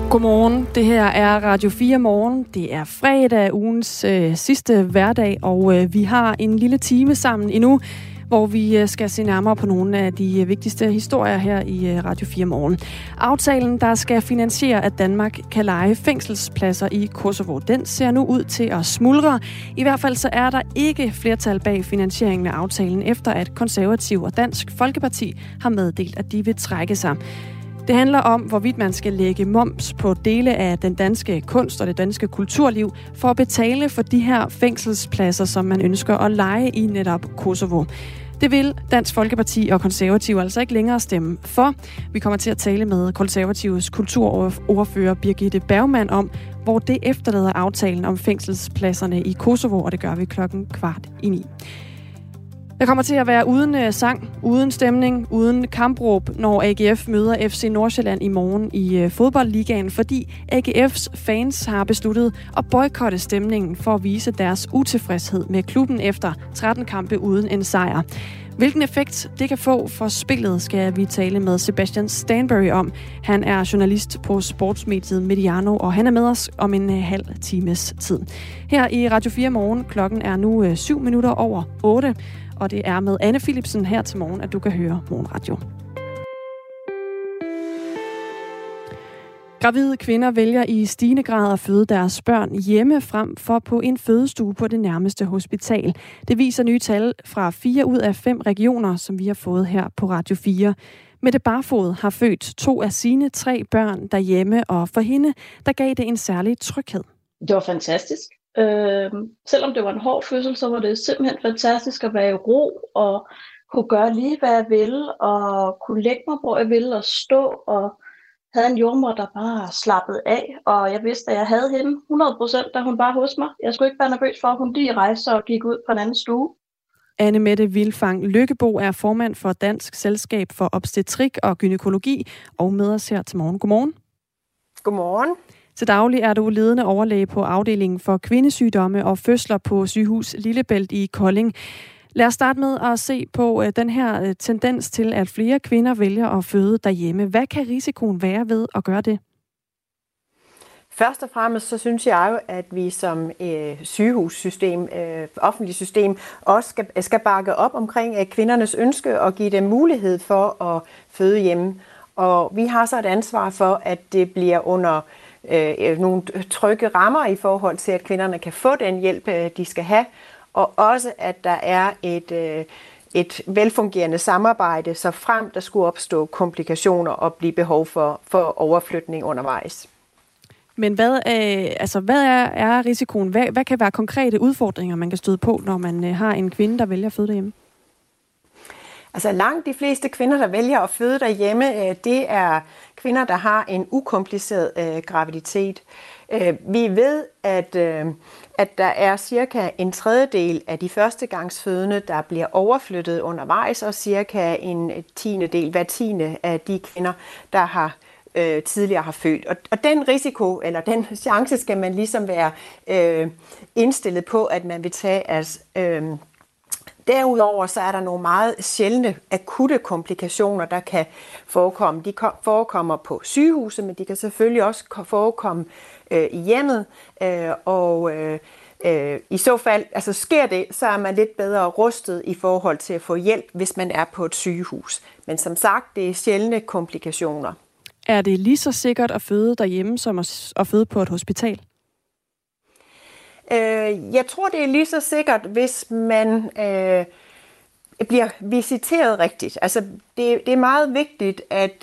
Godmorgen, det her er Radio 4 Morgen. Det er fredag, ugens sidste hverdag, og vi har en lille time sammen endnu, hvor vi skal se nærmere på nogle af de vigtigste historier her i Radio 4 Morgen. Aftalen, der skal finansiere, at Danmark kan leje fængselspladser i Kosovo, den ser nu ud til at smuldre. I hvert fald så er der ikke flertal bag finansieringen af aftalen, efter at Konservativ og Dansk Folkeparti har meddelt, at de vil trække sig. Det handler om, hvorvidt man skal lægge moms på dele af den danske kunst og det danske kulturliv for at betale for de her fængselspladser, som man ønsker at leje i netop Kosovo. Det vil Dansk Folkeparti og Konservative altså ikke længere stemme for. Vi kommer til at tale med Konservatives kulturordfører Birgitte Bergman om, hvor det efterlader aftalen om fængselspladserne i Kosovo, og det gør vi 8:15. Der kommer til at være uden sang, uden stemning, uden kampråb, når AGF møder FC Nordsjælland i morgen i fodboldligaen, fordi AGF's fans har besluttet at boykotte stemningen for at vise deres utilfredshed med klubben efter 13 kampe uden en sejr. Hvilken effekt det kan få for spillet, skal vi tale med Sebastian Stanbury om. Han er journalist på sportsmediet Mediano, og han er med os om en halv times tid. Her i Radio 4 Morgen, klokken er nu 7:07, og det er med Anne Philipsen her til morgen, at du kan høre Morgenradio. Gravide kvinder vælger i stigende grad at føde deres børn hjemme frem for på en fødestue på det nærmeste hospital. Det viser nye tal fra 4 ud af 5 regioner, som vi har fået her på Radio 4. Mette Barfod har født 2 af sine 3 børn derhjemme, og for hende, der gav det en særlig tryghed. Det var fantastisk. Selvom det var en hård fødsel, så var det simpelthen fantastisk at være i ro og kunne gøre lige, hvad jeg ville, og kunne lægge mig, hvor jeg ville, og stå, og havde en jordmor, der bare slappede af, og jeg vidste, at jeg havde hende 100%, da hun var hos mig. Jeg skulle ikke være nervøs for, at hun lige rejste og gik ud på en anden stue. Anne Mette Vilfang Lykkebo er formand for Dansk Selskab for Obstetrik og Gynækologi, og med os her til morgen. Godmorgen. Godmorgen. Til daglig er du ledende overlæge på afdelingen for kvindesygdomme og fødsler på sygehus Lillebælt i Kolding. Lad os starte med at se på den her tendens til, at flere kvinder vælger at føde derhjemme. Hvad kan risikoen være ved at gøre det? Først og fremmest så synes jeg jo, at vi som sygehussystem, offentligt system, også skal bakke op omkring kvindernes ønske og give dem mulighed for at føde hjemme. Og vi har så et ansvar for, at det bliver under nogle trygge rammer i forhold til, at kvinderne kan få den hjælp, de skal have. Og også, at der er et velfungerende samarbejde, så frem der skulle opstå komplikationer og blive behov for overflytning undervejs. Men hvad er risikoen? Hvad kan være konkrete udfordringer, man kan støde på, når man har en kvinde, der vælger at føde derhjemme? Altså langt de fleste kvinder, der vælger at føde derhjemme, det er kvinder, der har en ukompliceret graviditet. Vi ved, at der er cirka en tredjedel af de førstegangsfødende, der bliver overflyttet undervejs, og cirka en tiendedel, hver tiende af de kvinder, der tidligere har født. Og den risiko, eller den chance, skal man ligesom være indstillet på, at man vil tage as. Derudover så er der nogle meget sjældne akutte komplikationer, der kan forekomme. De forekommer på sygehuset, men de kan selvfølgelig også forekomme i hjemmet. I så fald, altså sker det, så er man lidt bedre rustet i forhold til at få hjælp, hvis man er på et sygehus. Men som sagt, det er sjældne komplikationer. Er det lige så sikkert at føde derhjemme, som at føde på et hospital? Jeg tror, det er lige så sikkert, hvis man bliver visiteret rigtigt. Altså, det er meget vigtigt, at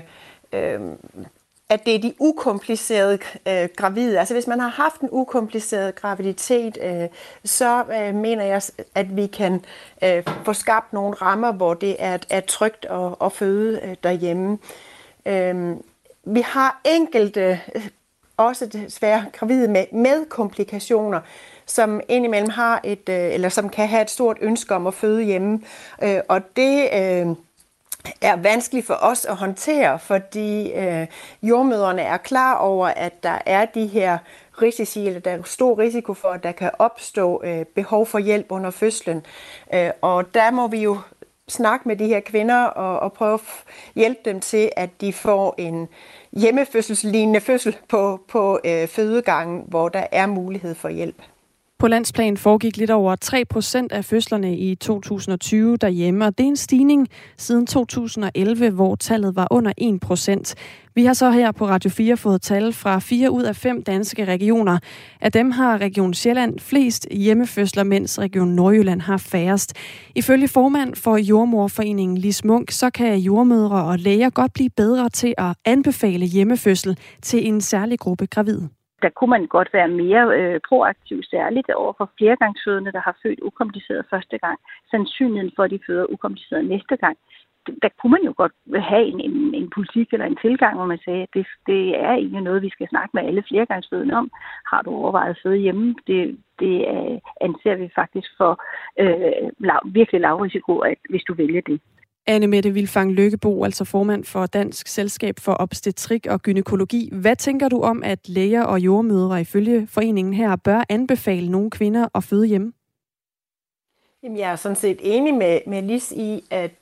det er de ukomplicerede gravide. Altså, hvis man har haft en ukompliceret graviditet, så mener jeg, at vi kan få skabt nogle rammer, hvor det er trygt at føde derhjemme. Vi har enkelte også desværre gravide med komplikationer, som indimellem har eller som kan have et stort ønske om at føde hjemme. Og det er vanskeligt for os at håndtere, fordi jordmødrene er klar over, at der er de her risici, eller der er stor risiko for, at der kan opstå behov for hjælp under fødslen. Og der må vi jo snakke med de her kvinder og prøve at hjælpe dem til, at de får en hjemmefødselslignende fødsel på fødegangen, hvor der er mulighed for hjælp. På landsplan foregik lidt over 3% af fødslerne i 2020 derhjemme, og det er en stigning siden 2011, hvor tallet var under 1%. Vi har så her på Radio 4 fået tal fra 4 ud af 5 danske regioner. Af dem har Region Sjælland flest hjemmefødsler, mens Region Nordjylland har færrest. Ifølge formand for Jordemoderforeningen Lis Munk, så kan jordemødre og læger godt blive bedre til at anbefale hjemmefødsel til en særlig gruppe gravide. Der kunne man godt være mere proaktiv, særligt over for flergangsfødende, der har født ukompliceret første gang. Sandsynligheden for, at de føder ukompliceret næste gang. Der kunne man jo godt have en politik eller en tilgang, hvor man sagde, at det er ikke noget, vi skal snakke med alle flergangsfødende om. Har du overvejet at føde hjemme? Det anser vi faktisk for virkelig lav risiko, at hvis du vælger det. Anne-Mette Vilfang Lykkebo, altså formand for Dansk Selskab for Obstetrik og Gynækologi. Hvad tænker du om, at læger og jordemødre ifølge foreningen her bør anbefale nogle kvinder at føde hjemme? Jamen, jeg er sådan set enig med Lis i, at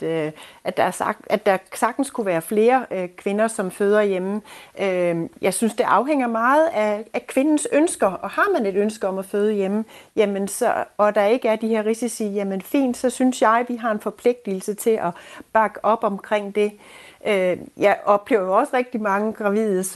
der sagtens kunne være flere kvinder, som føder hjemme. Jeg synes, det afhænger meget af kvindens ønsker, og har man et ønske om at føde hjemme, jamen og der ikke er de her risici, jamen fint, så synes jeg, vi har en forpligtelse til at bakke op omkring det. Jeg oplever jo også rigtig mange gravide,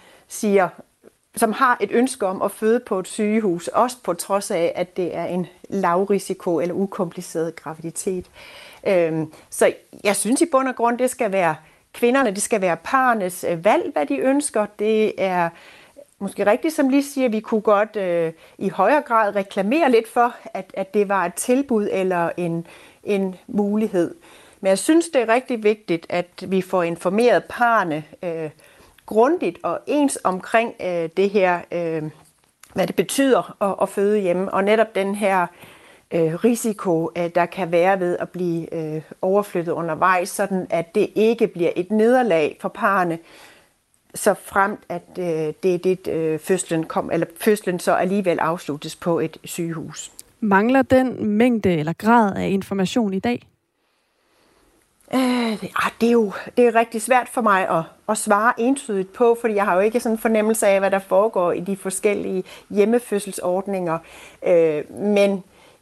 som har et ønske om at føde på et sygehus, også på trods af, at det er en lavrisiko eller ukompliceret graviditet. Så jeg synes i bund og grund, det skal være kvinderne, det skal være parernes valg, hvad de ønsker. Det er måske rigtigt, som Lis siger, vi kunne godt i højere grad reklamere lidt for, at det var et tilbud eller en mulighed. Men jeg synes, det er rigtig vigtigt, at vi får informeret parerne grundigt og ens omkring det her, hvad det betyder at føde hjemme, og netop den her risiko, der kan være ved at blive overflyttet undervejs, sådan at det ikke bliver et nederlag for parerne, så fremt at fødslen så alligevel afsluttes på et sygehus. Mangler den mængde eller grad af information i dag? Det er rigtig svært for mig at svare entydigt på, fordi jeg har jo ikke sådan en fornemmelse af, hvad der foregår i de forskellige hjemmefødselsordninger. Men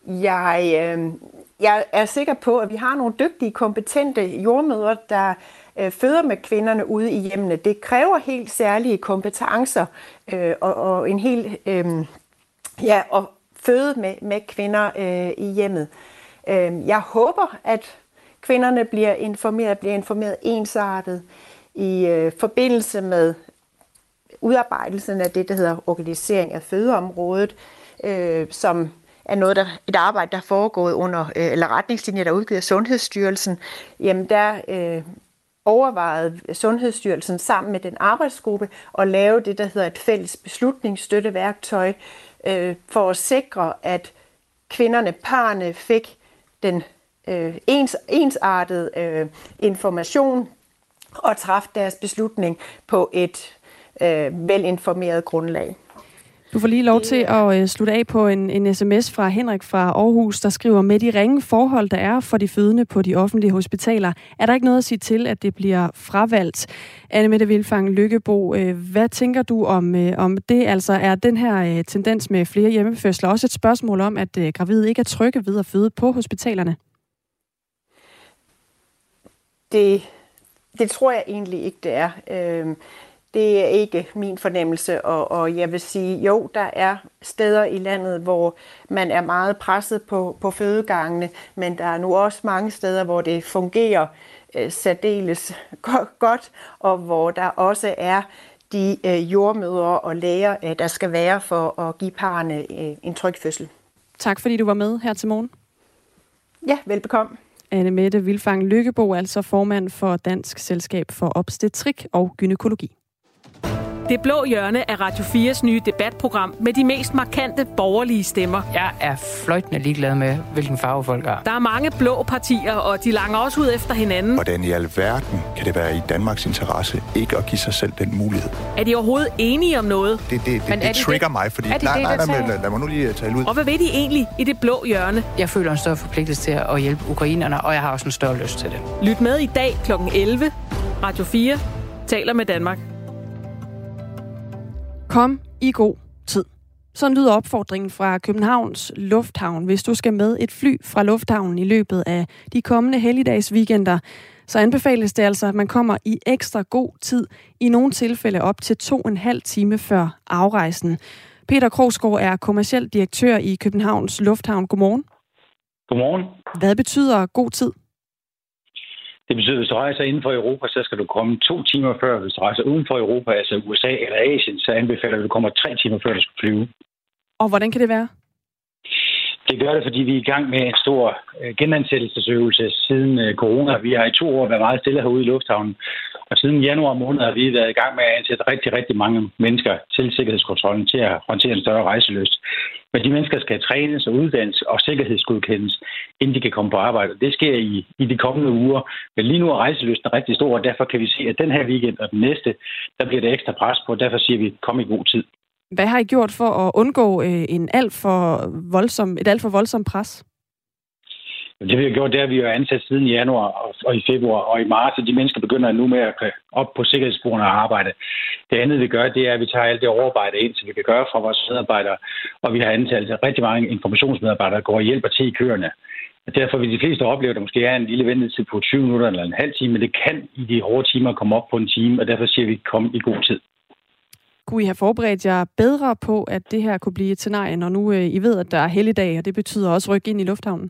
jeg er sikker på, at vi har nogle dygtige, kompetente jordemødre, der føder med kvinderne ude i hjemmene. Det kræver helt særlige kompetencer og en helt at føde med kvinder i hjemmet. Jeg håber, at kvinderne bliver informeret ensartet i forbindelse med udarbejdelsen af det, der hedder organisering af fødeområdet, som er et arbejde, der er foregået under, eller retningslinjer, der er udgivet af Sundhedsstyrelsen. Jamen der overvejede Sundhedsstyrelsen sammen med den arbejdsgruppe at lave det, der hedder et fælles beslutningsstøtteværktøj, for at sikre, at kvinderne, parerne fik den ensartet information og træffe deres beslutning på et velinformeret grundlag. Du får lige lov til at slutte af på en sms fra Henrik fra Aarhus, der skriver, med de ringe forhold, der er for de fødende på de offentlige hospitaler, er der ikke noget at sige til, at det bliver fravalgt. Anne-Mette Vilfang Lykkebo, hvad tænker du om det? Altså er den her tendens med flere hjemmefødsler også et spørgsmål om, at gravide ikke er trygge ved at føde på hospitalerne? Det tror jeg egentlig ikke, det er. Det er ikke min fornemmelse, og jeg vil sige, jo, der er steder i landet, hvor man er meget presset på fødegangene, men der er nu også mange steder, hvor det fungerer særdeles godt, og hvor der også er de jordemødre og læger, der skal være for at give parerne en tryg fødsel. Tak fordi du var med her til morgen. Ja, velbekomme. Anne-Mette Vilfang Lykkebo, altså formand for Dansk Selskab for Obstetrik og Gynækologi. Det blå hjørne er Radio 4's nye debatprogram med de mest markante borgerlige stemmer. Jeg er fløjtende ligeglad med, hvilken farve folk har. Der er mange blå partier, og de langer også ud efter hinanden. Hvordan i alverden kan det være i Danmarks interesse ikke at give sig selv den mulighed? Er de overhovedet enige om noget? Det trigger mig, fordi lad mig nu lige tale ud. Og hvad ved de egentlig i det blå hjørne? Jeg føler en større forpligtelse til at hjælpe ukrainerne, og jeg har også en større lyst til det. Lyt med i dag kl. 11. Radio 4 taler med Danmark. Kom i god tid. Sådan lyder opfordringen fra Københavns Lufthavn. Hvis du skal med et fly fra lufthavnen i løbet af de kommende helligdagsweekender, så anbefales det altså, at man kommer i ekstra god tid, i nogle tilfælde op til 2,5 time før afrejsen. Peter Krogsgaard er kommerciel direktør i Københavns Lufthavn. Godmorgen. Godmorgen. Hvad betyder god tid? Det betyder, at hvis du rejser inden for Europa, så skal du komme 2 timer før. Hvis du rejser uden for Europa, altså USA eller Asien, så anbefaler at du kommer 3 timer før, du skal flyve. Og hvordan kan det være? Det gør det, fordi vi er i gang med en stor genansættelsesøvelse siden corona. Vi har i 2 år været meget stille herude i lufthavnen. Og siden januar måned har vi været i gang med at ansætte rigtig, rigtig mange mennesker til sikkerhedskontrollen til at håndtere en større rejselyst. Men de mennesker skal trænes og uddannes og sikkerhedsgodkendes, inden de kan komme på arbejde. Det sker i de kommende uger. Men lige nu er rejselysten rigtig stor, og derfor kan vi se, at den her weekend og den næste, der bliver der ekstra pres på. Derfor siger vi, kom i god tid. Hvad har I gjort for at undgå et alt for voldsomt pres? Det vi har gjort, det er, at vi har ansat siden januar og i februar og i marts, og de mennesker begynder nu med at op på sikkerhedssporene og arbejde. Det andet, vi gør, det er, at vi tager alt det overarbejde ind, så vi kan gøre fra vores medarbejdere, og vi har ansat rigtig mange informationsmedarbejdere, der går og hjælper til i køerne. Og derfor vil de fleste opleve, at der måske er en lille ventetid på 20 minutter eller en halv time, men det kan i de hårde timer komme op på en time, og derfor siger vi, kom i god tid. Kunne I have forberedt jer bedre på, at det her kunne blive et scenarie, når nu I ved, at der er helligdag, og det betyder også rykke ind i lufthavnen?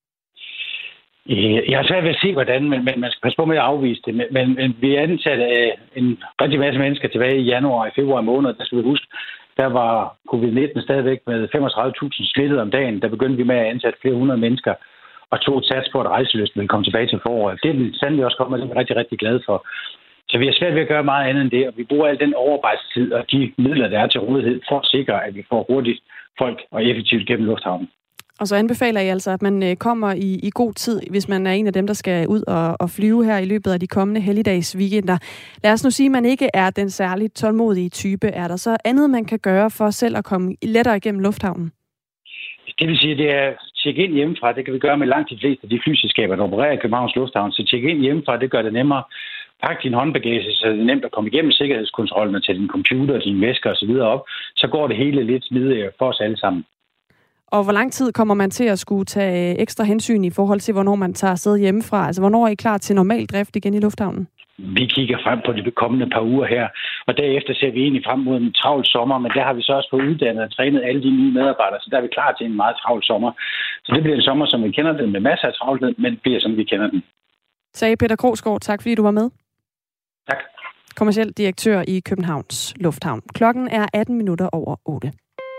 Jeg har svært ved at se, hvordan, men man skal passe på med at afvise det. Men vi ansatte en rigtig masse mennesker tilbage i januar og februar måned. Der skal vi huske, der var covid-19 stadigvæk med 35.000 smittet om dagen. Der begyndte vi med at ansætte flere hundrede mennesker og tog et sats på, at rejselysten ville komme tilbage til foråret. Det er den sandelig også kommet, og det er rigtig, rigtig glad for. Så vi har svært ved at gøre meget andet end det, og vi bruger al den overarbejdstid og de midler, der er til rådighed, for at sikre, at vi får hurtigt folk og effektivt gennem lufthavnen. Og så anbefaler I altså, at man kommer i god tid, hvis man er en af dem, der skal ud og flyve her i løbet af de kommende helligdagsweekender. Lad os nu sige, at man ikke er den særligt tålmodige type. Er der så andet, man kan gøre for selv at komme lettere igennem lufthavnen? Det vil sige, det er at tjekke ind hjemmefra. Det kan vi gøre med langt de fleste af de flyselskaber, der opererer i Københavns Lufthavn. Så tjekke ind hjemmefra, det gør det nemmere. Pak din håndbagage, så det er nemt at komme igennem sikkerhedskontrollen og tage din computer, dine væsker osv. op. Så går det hele lidt smidigere for os alle sammen. Og hvor lang tid kommer man til at skulle tage ekstra hensyn i forhold til, hvornår man tager afsted hjemmefra? Altså, hvornår er I klar til normal drift igen i lufthavnen? Vi kigger frem på de kommende par uger her, og derefter ser vi egentlig frem mod en travl sommer, men der har vi så også fået uddannet og trænet alle de nye medarbejdere, så der er vi klar til en meget travl sommer. Så det bliver en sommer, som vi kender den, med masser af travlhed, men bliver som vi kender den. Sagde Peter Krogsgaard, tak fordi du var med. Tak. Kommerciel direktør i Københavns Lufthavn. Klokken er 18 minutter over 8.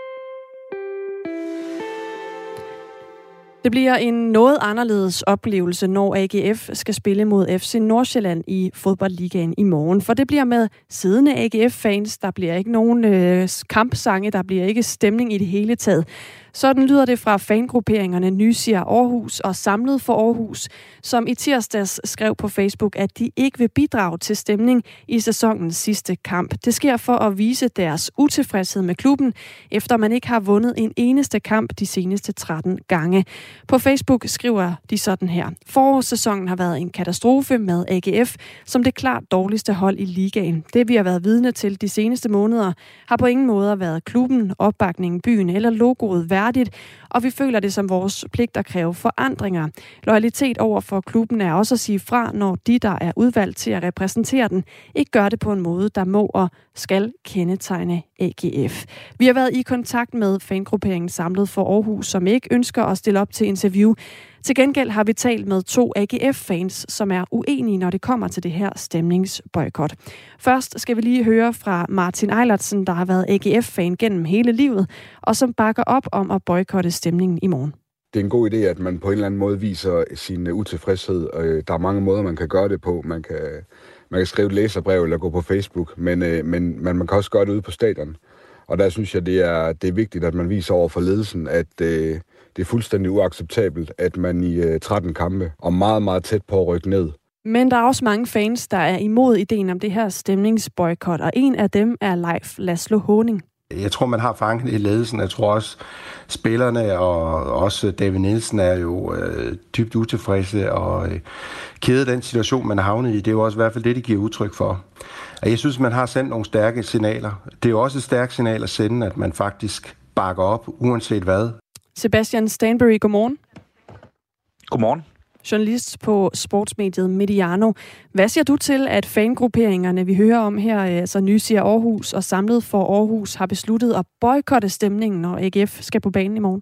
Det bliver en noget anderledes oplevelse, når AGF skal spille mod FC Nordsjælland i fodboldligaen i morgen. For det bliver med siddende AGF-fans. Der bliver ikke nogen kampsange, der bliver ikke stemning i det hele taget. Sådan lyder det fra fangrupperingerne Nysier Aarhus og Samlet for Aarhus, som i tirsdags skrev på Facebook, at de ikke vil bidrage til stemning i sæsonens sidste kamp. Det sker for at vise deres utilfredshed med klubben, efter man ikke har vundet en eneste kamp de seneste 13 gange. På Facebook skriver de sådan her: Forårssæsonen har været en katastrofe med AGF som det klart dårligste hold i ligaen. Det vi har været vidne til de seneste måneder har på ingen måde været klubben, opbakningen, byen eller logoet værdigt, og vi føler det som vores pligt at kræve forandringer. Loyalitet over for klubben er også at sige fra, når de, der er udvalgt til at repræsentere den, ikke gør det på en måde, der må og skal kendetegne AGF. Vi har været i kontakt med fangrupperingen Samlet for Aarhus, som ikke ønsker at stille op til interview. Til gengæld har vi talt med 2 AGF-fans, som er uenige, når det kommer til det her stemningsboykot. Først skal vi lige høre fra Martin Eilertsen, der har været AGF-fan gennem hele livet, og som bakker op om at boykotte stemningen i morgen. Det er en god idé, at man på en eller anden måde viser sin utilfredshed. Der er mange måder, man kan gøre det på. Man Man kan skrive et læserbrev eller gå på Facebook, men man kan også gøre det ude på stadion. Og der synes jeg, det er vigtigt, at man viser over for ledelsen, at det er fuldstændig uacceptabelt, at man i 13 kampe og meget, meget tæt på at rykke ned. Men der er også mange fans, der er imod ideen om det her stemningsboykot, og en af dem er Leif Laszlo Honing. Jeg tror, man har fanget i ledelsen. Jeg tror også, spillerne og også David Nielsen er jo dybt utilfredse og kede af den situation, man har havnet i. Det er jo også i hvert fald det, de giver udtryk for. Og jeg synes, man har sendt nogle stærke signaler. Det er jo også et stærkt signal at sende, at man faktisk bakker op, uanset hvad. Sebastian Stanbury, godmorgen. Godmorgen. Journalist på sportsmediet Mediano. Hvad siger du til, at fangrupperingerne, vi hører om her, altså Nysia Aarhus og Samlet for Aarhus, har besluttet at boykotte stemningen, når AGF skal på banen i morgen?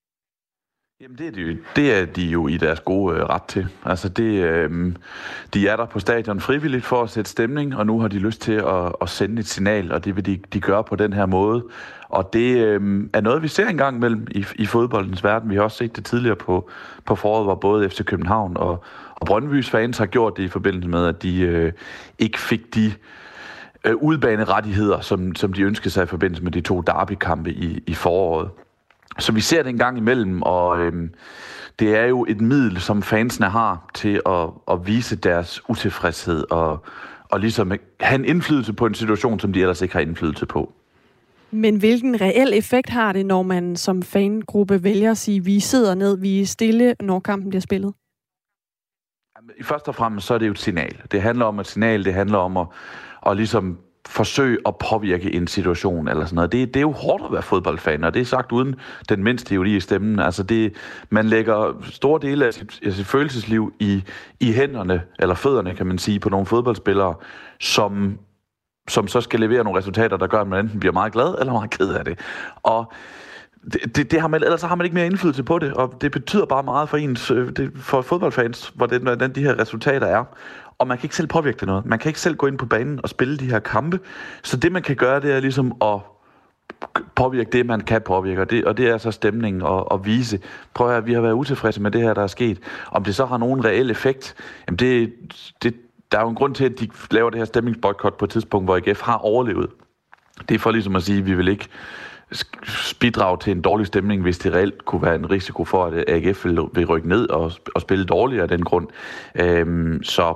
Jamen det er de jo i deres gode ret til. Altså de er der på stadion frivilligt for at sætte stemning, og nu har de lyst til at sende et signal, og det vil de gøre på den her måde. Og det er noget, vi ser engang imellem i fodboldens verden. Vi har også set det tidligere på foråret, hvor både FC København og Brøndbys fans har gjort det i forbindelse med, at de ikke fik de udbanerettigheder, som de ønskede sig i forbindelse med de 2 derbykampe i foråret. Så vi ser det en gang imellem, og det er jo et middel, som fansene har til at vise deres utilfredshed og ligesom have en indflydelse på en situation, som de ellers ikke har indflydelse på. Men hvilken reel effekt har det, når man som fangruppe vælger at sige, vi sidder ned, vi er stille, når kampen bliver spillet? Først og fremmest så er det jo et signal. Det handler om et signal, det handler om at ligesom forsøge at påvirke en situation eller sådan noget. Det er jo hårdt at være fodboldfan, og det er sagt uden den mindste teori i stemmen. Altså man lægger store dele af sit følelsesliv i hænderne, eller fødderne, kan man sige, på nogle fodboldspillere, som så skal levere nogle resultater, der gør, at man enten bliver meget glad eller meget ked af det. Og det har man, ellers har man ikke mere indflydelse på det, og det betyder bare meget for fodboldfans, hvordan de her resultater er. Og man kan ikke selv påvirke det noget. Man kan ikke selv gå ind på banen og spille de her kampe. Så det, man kan gøre, det er ligesom at påvirke det, man kan påvirke. Og det er så stemningen og vise. Prøv at høre, vi har været utilfredse med det her, der er sket. Om det så har nogen reel effekt, jamen der er jo en grund til, at de laver det her stemningsboykot på et tidspunkt, hvor AGF har overlevet. Det er for ligesom at sige, at vi vil ikke bidrage til en dårlig stemning, hvis det reelt kunne være en risiko for, at AGF vil rykke ned og spille dårligere af den grund. Så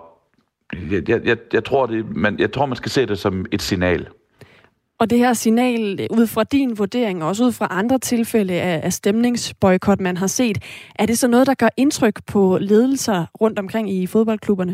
jeg tror, man skal se det som et signal. Og det her signal, ud fra din vurdering, og også ud fra andre tilfælde af stemningsboykot, man har set, er det så noget, der gør indtryk på ledelser rundt omkring i fodboldklubberne?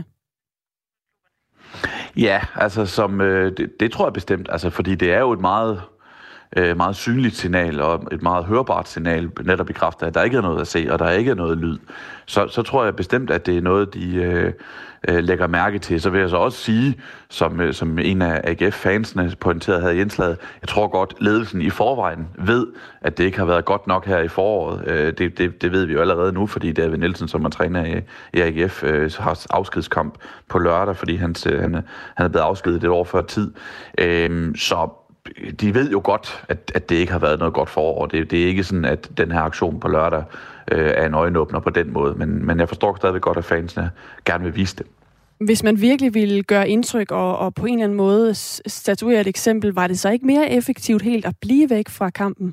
Ja, altså det tror jeg bestemt, altså fordi det er jo et meget synligt signal og et meget hørbart signal, netop i kraft af, at der ikke er noget at se, og der ikke er noget lyd. Så tror jeg bestemt, at det er noget, de lægger mærke til. Så vil jeg så også sige, som en af AGF-fansene pointerede her i indslaget, jeg tror godt, ledelsen i forvejen ved, at det ikke har været godt nok her i foråret. Det ved vi jo allerede nu, fordi David Nielsen, som er træner i AGF, har afskedskamp på lørdag, fordi han er blevet afskedet et år før tid. Så de ved jo godt, at det ikke har været noget godt forår. Det er ikke sådan, at den her aktion på lørdag er en øjenåbner på den måde. Men jeg forstår stadigvæk godt, at fansene gerne vil vise det. Hvis man virkelig ville gøre indtryk og på en eller anden måde statuere et eksempel, var det så ikke mere effektivt helt at blive væk fra kampen?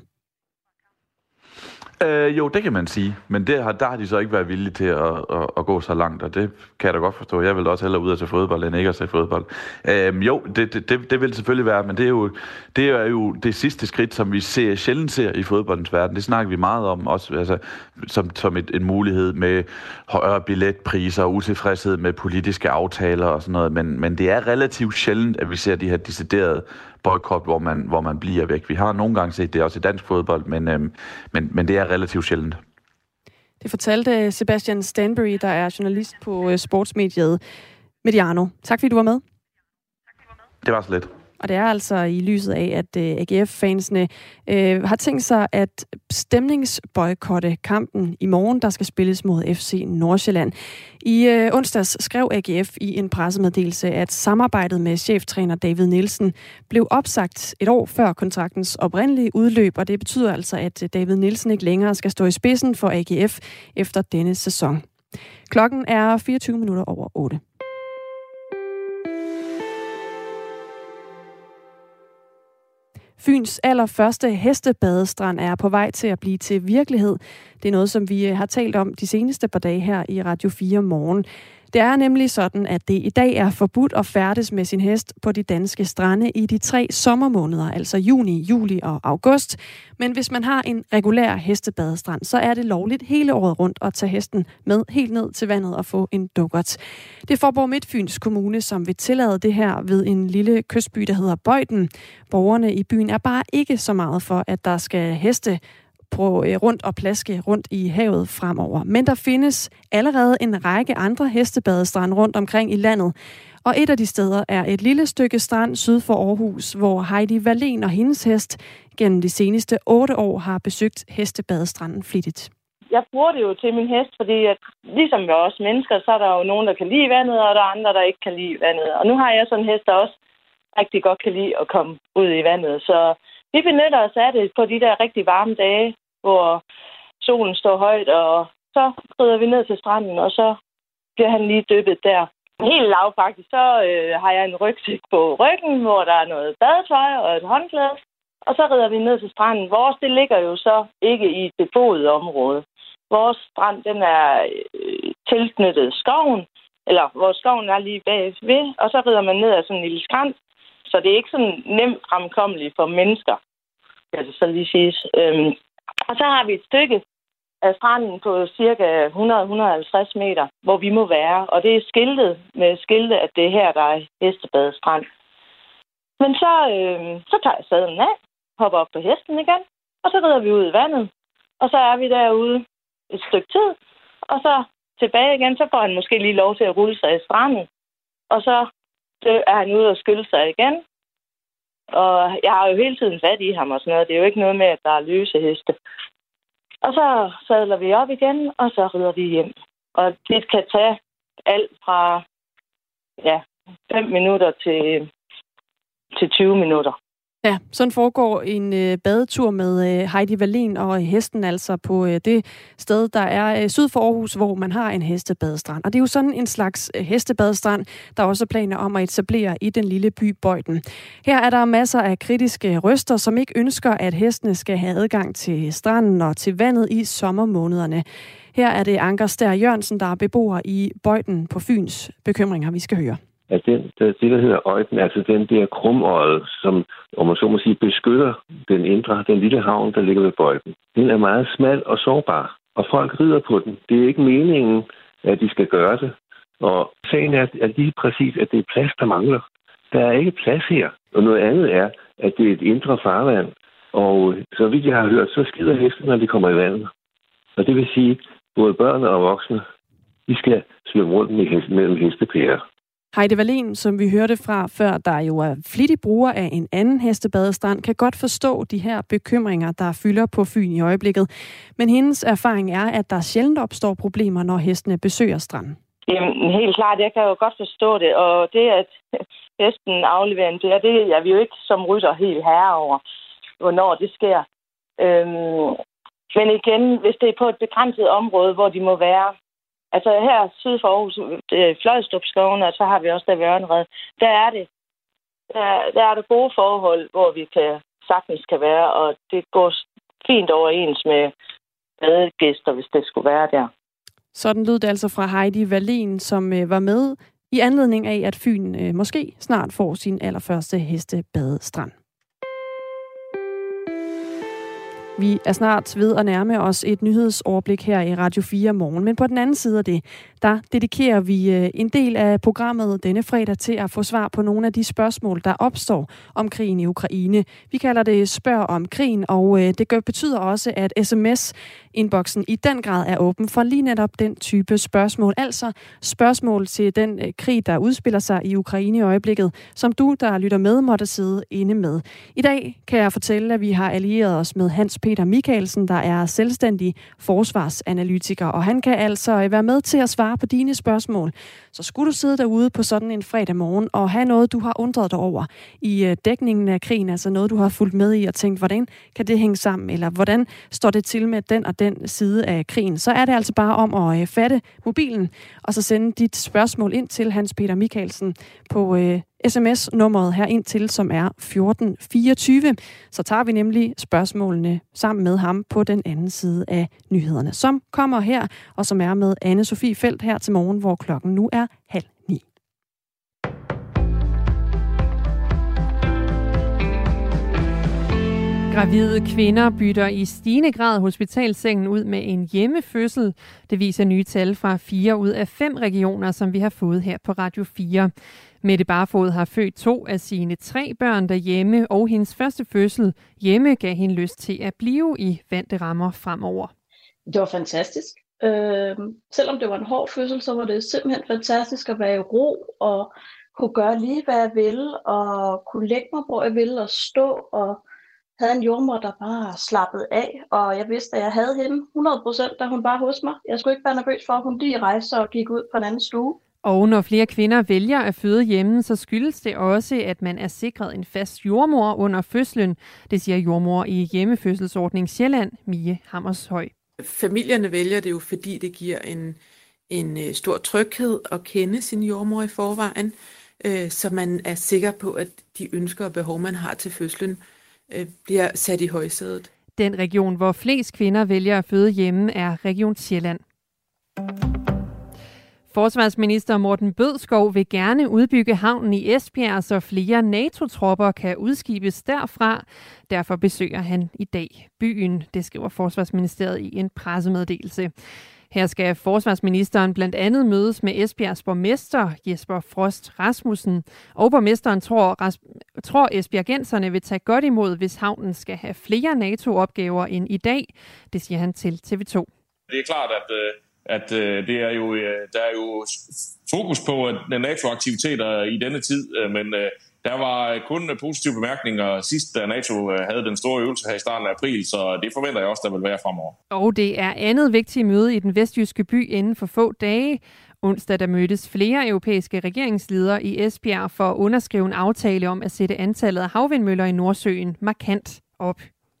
Jo, det kan man sige. Men der har de så ikke været villige til at gå så langt, og det kan jeg da godt forstå. Jeg vil også hellere ud at se fodbold, end ikke at se fodbold. Jo, det vil selvfølgelig være, men det er jo det sidste skridt, som vi sjældent ser i fodboldens verden. Det snakker vi meget om, også altså, som en mulighed med højere billetpriser og utilfredshed med politiske aftaler og sådan noget. Men det er relativt sjældent, at vi ser de her deciderede boykot, hvor man bliver væk. Vi har nogle gange set det også i dansk fodbold, men det er relativt sjældent. Det fortalte Sebastian Stanbury, der er journalist på sportsmediet Mediano. Tak fordi du var med. Det var så lidt. Og det er altså i lyset af, at AGF-fansene har tænkt sig at stemningsboykotte kampen i morgen, der skal spilles mod FC Nordsjælland. I onsdags skrev AGF i en pressemeddelelse, at samarbejdet med cheftræner David Nielsen blev opsagt et år før kontraktens oprindelige udløb, og det betyder altså, at David Nielsen ikke længere skal stå i spidsen for AGF efter denne sæson. Klokken er 24 minutter over 8. Fyns allerførste hestebadestrand er på vej til at blive til virkelighed. Det er noget, som vi har talt om de seneste par dage her i Radio 4 Morgen. Det er nemlig sådan, at det i dag er forbudt at færdes med sin hest på de danske strande i de 3 sommermåneder, altså juni, juli og august. Men hvis man har en regulær hestebadestrand, så er det lovligt hele året rundt at tage hesten med helt ned til vandet og få en dukkert. Det får Borg Midtfyns Kommune, som vil tillade det her ved en lille kystby, der hedder Bøjden. Borgerne i byen er bare ikke så meget for, at der skal heste rundt og plaske rundt i havet fremover. Men der findes allerede en række andre hestebadestrande rundt omkring i landet. Og et af de steder er et lille stykke strand syd for Aarhus, hvor Heidi Wallén og hendes hest gennem de seneste 8 år har besøgt hestebadestranden flittigt. Jeg bruger det jo til min hest, fordi at, ligesom med os mennesker, så er der jo nogen, der kan lide vandet, og der er andre, der ikke kan lide vandet. Og nu har jeg sådan en hest, der også rigtig godt kan lide at komme ud i vandet. Så vi benytter os af det på de der rigtig varme dage, hvor solen står højt, og så rider vi ned til stranden, og så bliver han lige dyppet der. Helt lavpraktisk, så har jeg en rygsæk på ryggen, hvor der er noget badetøj og et håndklæde, og så rider vi ned til stranden. Vores, det ligger jo så ikke i et beboet område. Vores strand, den er tilknyttet skoven, eller hvor skoven er lige bagved, og så rider man ned af sådan en lille skrant, så det er ikke sådan nemt fremkommeligt for mennesker, kan det så lige siges. Og så har vi et stykke af stranden på cirka 100-150 meter, hvor vi må være. Og det er skiltet med skilte, at det er her, der er hestebadestrand. Men så tager jeg sadlen af, hopper op på hesten igen, og så rider vi ud i vandet. Og så er vi derude et stykke tid, og så tilbage igen, så får han måske lige lov til at rulle sig i stranden. Og så er han ude og skylle sig igen. Og jeg har jo hele tiden fat i ham og sådan noget. Det er jo ikke noget med, at der er løse heste. Og så sadler vi op igen, og så rider vi hjem. Og det kan tage alt fra 5 minutter til 20 minutter. Ja, sådan foregår en badetur med Heidi Wallén og hesten, altså på det sted, der er syd for Aarhus, hvor man har en hestebadestrand. Og det er jo sådan en slags hestebadestrand, der også er planer om at etablere i den lille by Bøjden. Her er der masser af kritiske røster, som ikke ønsker, at hestene skal have adgang til stranden og til vandet i sommermånederne. Her er det Anker Stær Jørgensen, der er beboer i Bøjden på Fyns. Bekymringer, vi skal høre. At det, der hedder Øjden, altså den der krumøjet, som, om man så må sige, beskytter den lille havn, der ligger ved Bøjden. Den er meget smal og sårbar, og folk rider på den. Det er ikke meningen, at de skal gøre det. Og sagen er lige præcis, at det er plads, der mangler. Der er ikke plads her. Og noget andet er, at det er et indre farvand. Og så vidt jeg har hørt, så skider hesten, når de kommer i vandet. Og det vil sige, både børn og voksne, de skal svømme rundt mellem hestepærer. Heidi Wallén, som vi hørte fra før, der jo er flittig bruger af en anden hestebadestrand, kan godt forstå de her bekymringer, der fylder på Fyn i øjeblikket. Men hendes erfaring er, at der sjældent opstår problemer, når hestene besøger stranden. Jamen, helt klart, jeg kan jo godt forstå det. Og det, at hesten afleverer en pære, det er vi jo ikke som rytter helt herre over, hvornår det sker. Men igen, hvis det er på et begrænset område, hvor de må være. Altså her syd for Aarhus, Fløjstrupskoven, og så har vi også der ved Ørnered. Der er det gode forhold, hvor vi sagtens kan være, og det går fint overens med badegæster, hvis det skulle være der. Sådan lød det altså fra Heidi Wallén, som var med i anledning af, at Fyn måske snart får sin allerførste hestebadestrand. Vi er snart ved at nærme os et nyhedsoverblik her i Radio 4 Morgen, men på den anden side af det, der dedikerer vi en del af programmet denne fredag til at få svar på nogle af de spørgsmål, der opstår om krigen i Ukraine. Vi kalder det Spørg om krigen, og det betyder også, at sms-inboxen i den grad er åben for lige netop den type spørgsmål. Altså spørgsmål til den krig, der udspiller sig i Ukraine i øjeblikket, som du, der lytter med, måtte sidde inde med. I dag kan jeg fortælle, at vi har allieret os med Hans Peter Michaelsen, der er selvstændig forsvarsanalytiker, og han kan altså være med til at svare på dine spørgsmål. Så skulle du sidde derude på sådan en fredag morgen og have noget, du har undret dig over i dækningen af krigen, altså noget, du har fulgt med i og tænkt, hvordan kan det hænge sammen, eller hvordan står det til med den og den side af krigen, så er det altså bare om at fatte mobilen, og så sende dit spørgsmål ind til Hans Peter Michaelsen på sms-nummeret her ind til, som er 1424. Så tager vi nemlig spørgsmålene sammen med ham på den anden side af nyhederne, som kommer her, og som er med Anne-Sophie Feldt her til morgen, hvor klokken nu er 8:30. Gravide kvinder bytter i stigende grad hospitalsengen ud med en hjemmefødsel. Det viser nye tal fra 4 ud af 5 regioner, som vi har fået her på Radio 4. Mette Barfod har født 2 af sine 3 børn derhjemme, og hendes første fødsel hjemme gav hende lyst til at blive i vante rammer fremover. Det var fantastisk. Selvom det var en hård fødsel, så var det simpelthen fantastisk at være i ro og kunne gøre lige, hvad jeg ville, og kunne lægge mig, hvor jeg ville, og stå og havde en jordmor, der bare slappede af, og jeg vidste, at jeg havde hende 100%, da hun var hos mig. Jeg skulle ikke være nervøs for, at hun lige rejste og gik ud på en anden stue. Og når flere kvinder vælger at føde hjemme, så skyldes det også, at man er sikret en fast jordmor under fødslen. Det siger jordmor i hjemmefødselsordning Sjælland, Mie Hammershøj. Familierne vælger det jo, fordi det giver en stor tryghed at kende sin jordmor i forvejen, så man er sikker på, at de ønsker og behov, man har til fødslen, bliver sat i højsædet. Den region, hvor flest kvinder vælger at føde hjemme, er Region Sjælland. Forsvarsminister Morten Bødskov vil gerne udbygge havnen i Esbjerg, så flere NATO-tropper kan udskibes derfra. Derfor besøger han i dag byen, det skriver Forsvarsministeriet i en pressemeddelelse. Her skal forsvarsministeren blandt andet mødes med Esbjergs borgmester Jesper Frost Rasmussen. Og borgmesteren tror esbjergenserne vil tage godt imod, hvis havnen skal have flere NATO-opgaver end i dag. Det siger han til TV2. Det er klart, at det er jo, der er jo fokus på NATO-aktiviteter i denne tid, men der var kun positive bemærkninger sidst, da NATO havde den store øvelse her i starten af april, så det forventer jeg også, der vil være fremover. Og det er andet vigtigt møde i den vestjyske by inden for få dage. Onsdag der mødtes flere europæiske regeringsledere i Esbjerg for at underskrive en aftale om at sætte antallet af havvindmøller i Nordsøen markant op.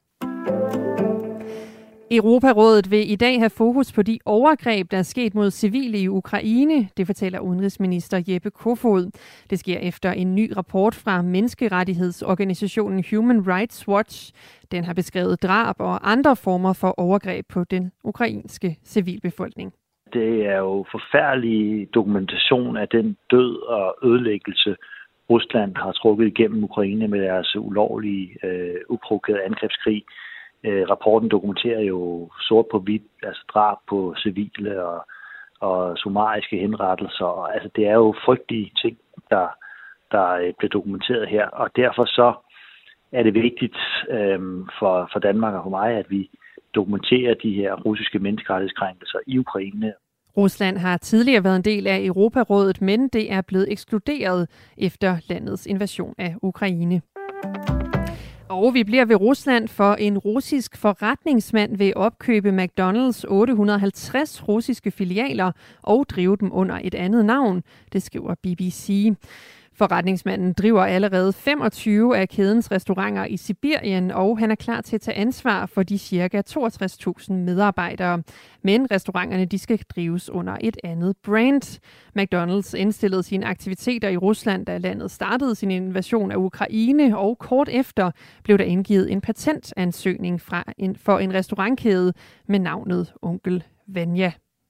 Europarådet vil i dag have fokus på de overgreb, der er sket mod civile i Ukraine, det fortæller udenrigsminister Jeppe Kofod. Det sker efter en ny rapport fra menneskerettighedsorganisationen Human Rights Watch. Den har beskrevet drab og andre former for overgreb på den ukrainske civilbefolkning. Det er jo forfærdelig dokumentation af den død og ødelæggelse, Rusland har trukket igennem Ukraine med deres ulovlige, uprovokerede angrebskrig. Rapporten dokumenterer jo sort på hvidt, altså drab på civile og summariske henrettelser. Altså det er jo frygtelige ting, der bliver dokumenteret her, og derfor så er det vigtigt for Danmark og for mig, at vi dokumenterer de her russiske menneskerettighedskrænkelser i Ukraine. Rusland har tidligere været en del af Europarådet, men det er blevet ekskluderet efter landets invasion af Ukraine. Og vi bliver ved Rusland, for en russisk forretningsmand vil opkøbe McDonald's 850 russiske filialer og drive dem under et andet navn, det skriver BBC. Forretningsmanden driver allerede 25 af kædens restauranter i Sibirien, og han er klar til at tage ansvar for de ca. 62.000 medarbejdere. Men restauranterne de skal drives under et andet brand. McDonald's indstillede sine aktiviteter i Rusland, da landet startede sin invasion af Ukraine, og kort efter blev der indgivet en patentansøgning for en restaurantkæde med navnet Onkel Vanya.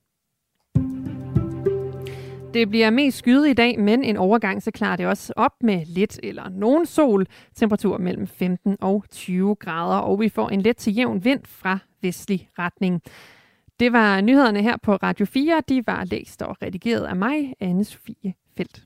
Det bliver mest skyet i dag, men en overgang så klarer det også op med lidt eller nogen sol. Temperatur mellem 15 og 20 grader, og vi får en let til jævn vind fra vestlig retning. Det var nyhederne her på Radio 4. De var læst og redigeret af mig, Anne-Sophie Feldt.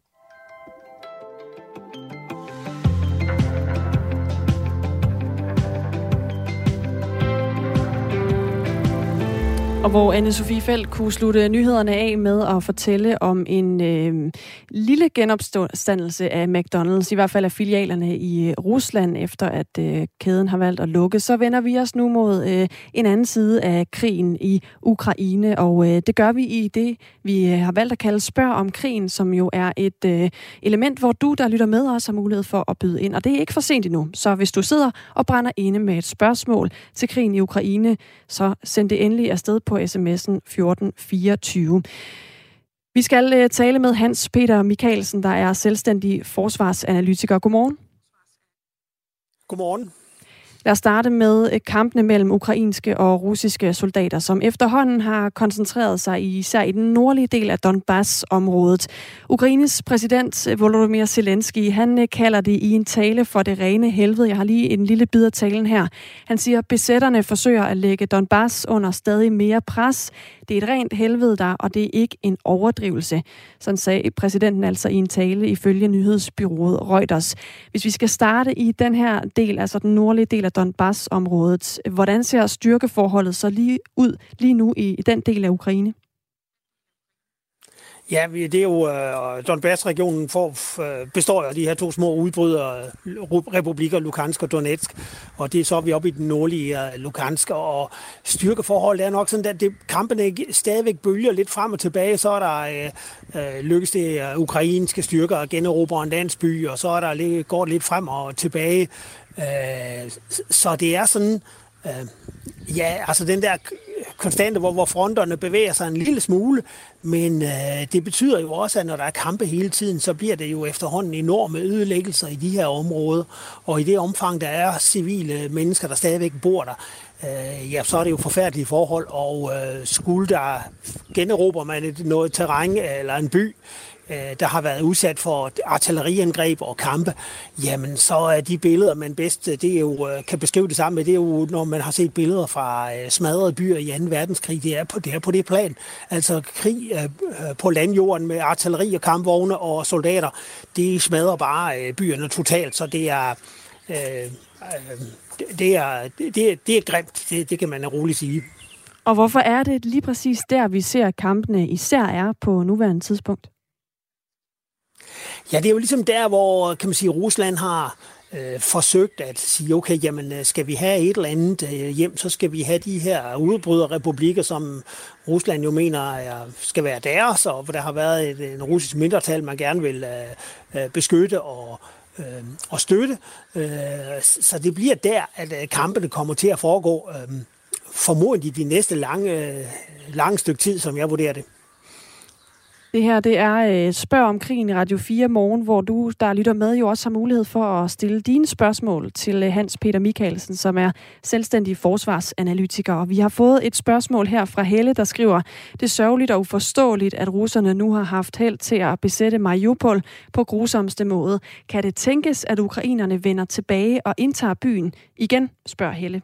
Og hvor Anne-Sophie Feldt kunne slutte nyhederne af med at fortælle om en lille genopstandelse af McDonald's, i hvert fald af filialerne i Rusland, efter at kæden har valgt at lukke, så vender vi os nu mod en anden side af krigen i Ukraine, og det gør vi i det, vi har valgt at kalde Spørg om krigen, som jo er et element, hvor du, der lytter med, også har mulighed for at byde ind. Og det er ikke for sent endnu, så hvis du sidder og brænder inde med et spørgsmål til krigen i Ukraine, så send det endelig afsted på sms'en 1424. Vi skal tale med Hans Peter Michaelsen, der er selvstændig forsvarsanalytiker. Godmorgen. Godmorgen. Lad os starte med kampene mellem ukrainske og russiske soldater, som efterhånden har koncentreret sig især i den nordlige del af Donbass-området. Ukraines præsident Volodymyr Zelensky, han kalder det i en tale for det rene helvede. Jeg har lige en lille bid af talen her. Han siger, at besætterne forsøger at lægge Donbass under stadig mere pres. Det er et rent helvede der, og det er ikke en overdrivelse. Sådan sagde præsidenten altså i en tale ifølge nyhedsbyrået Reuters. Hvis vi skal starte i den her del, altså den nordlige del af Donbass-området, hvordan ser styrkeforholdet så ud lige nu i den del af Ukraine? Ja, det er jo Donbass-regionen består af de her to små udbrydere, republikker Luhansk og Donetsk, og det er så vi oppe i den nordlige Luhansk, og styrkeforholdet er nok sådan, at kampene stadigvæk bølger lidt frem og tilbage, så er der lykkes det ukrainske styrker at generobre en landsby, og så er der går lidt frem og tilbage, så det er sådan, altså den der konstante, hvor fronterne bevæger sig en lille smule, men det betyder jo også, at når der er kampe hele tiden, så bliver det jo efterhånden enorme ødelæggelser i de her områder, og i det omfang, der er civile mennesker, der stadigvæk bor der, så er det jo forfærdelige forhold, og skulle der generobre man noget terræn eller en by, der har været udsat for artilleriangreb og kampe, jamen så er de billeder, man bedst det er jo, kan beskrive det samme med, det er jo, når man har set billeder fra smadrede byer i 2. verdenskrig, det er på det plan. Altså krig på landjorden med artilleri og kampvogne og soldater, det smadrer bare byerne totalt, så det er grimt, det kan man roligt sige. Og hvorfor er det lige præcis der, vi ser kampene især er på nuværende tidspunkt? Ja, det er jo ligesom der, hvor kan man sige, Rusland har forsøgt at sige, okay, jamen skal vi have et eller andet hjem, så skal vi have de her udbryderrepublikker, som Rusland jo mener skal være deres, og hvor der har været en russisk mindretal, man gerne vil beskytte og støtte. Så det bliver der, at kampene kommer til at foregå formodentlig de næste lange stykke tid, som jeg vurderer det. Det her, det er Spørg om krigen i Radio 4 morgen, hvor du, der lytter med, jo også har mulighed for at stille dine spørgsmål til Hans Peter Michaelsen, som er selvstændig forsvarsanalytiker. Og vi har fået et spørgsmål her fra Helle, der skriver, det er sørgeligt og uforståeligt, at russerne nu har haft held til at besætte Mariupol på grusomste måde. Kan det tænkes, at ukrainerne vender tilbage og indtager byen igen, spørger Helle.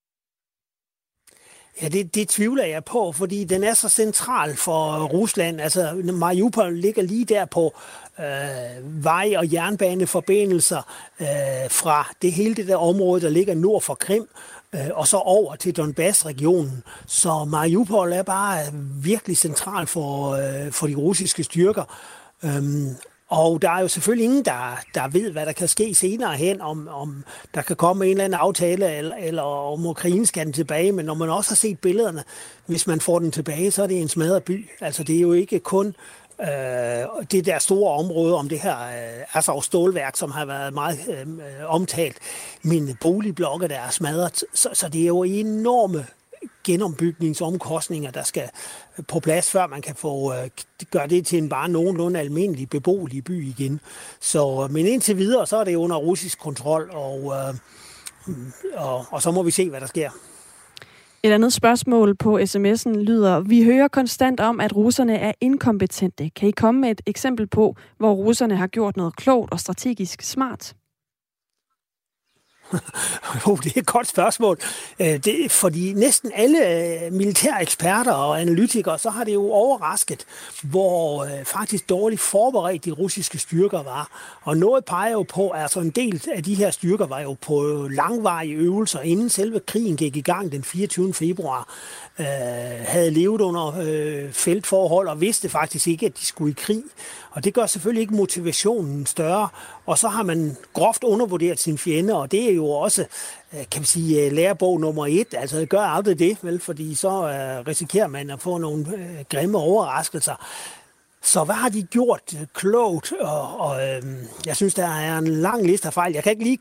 Ja, det tvivler jeg på, fordi den er så central for Rusland. Altså, Mariupol ligger lige der på vej- og jernbaneforbindelser fra hele det der område, der ligger nord for Krim, og så over til Donbass-regionen. Så Mariupol er bare virkelig central for de russiske styrker. Og der er jo selvfølgelig ingen, der ved, hvad der kan ske senere hen, om der kan komme en eller anden aftale, eller om Ukraine skal den tilbage. Men når man også har set billederne, hvis man får den tilbage, så er det en smadret by. Altså det er jo ikke kun det der store område om det her Azov-stålværk, som har været meget omtalt, men boligblokke, der er smadret. Så det er jo enorme genombygningsomkostninger, der skal på plads, før man kan få gøre det til en bare nogenlunde almindelig beboelig by igen. Men indtil videre, så er det under russisk kontrol, og så må vi se, hvad der sker. Et andet spørgsmål på sms'en lyder, vi hører konstant om, at russerne er inkompetente. Kan I komme med et eksempel på, hvor russerne har gjort noget klogt og strategisk smart? Det er et godt spørgsmål. Fordi næsten alle militære eksperter og analytikere, så har det jo overrasket, hvor faktisk dårligt forberedt de russiske styrker var. Og noget peger jo på, at altså en del af de her styrker var jo på langvarige øvelser, inden selve krigen gik i gang den 24. februar. Havde levet under feltforhold og vidste faktisk ikke, at de skulle i krig. Og det gør selvfølgelig ikke motivationen større. Og så har man groft undervurderet sine fjender, og det er jo også, kan man sige, lærebog nummer 1. Altså det gør aldrig det, vel, fordi så risikerer man at få nogle grimme overraskelser. Så hvad har de gjort klogt? Og jeg synes, der er en lang liste af fejl. Jeg kan ikke lige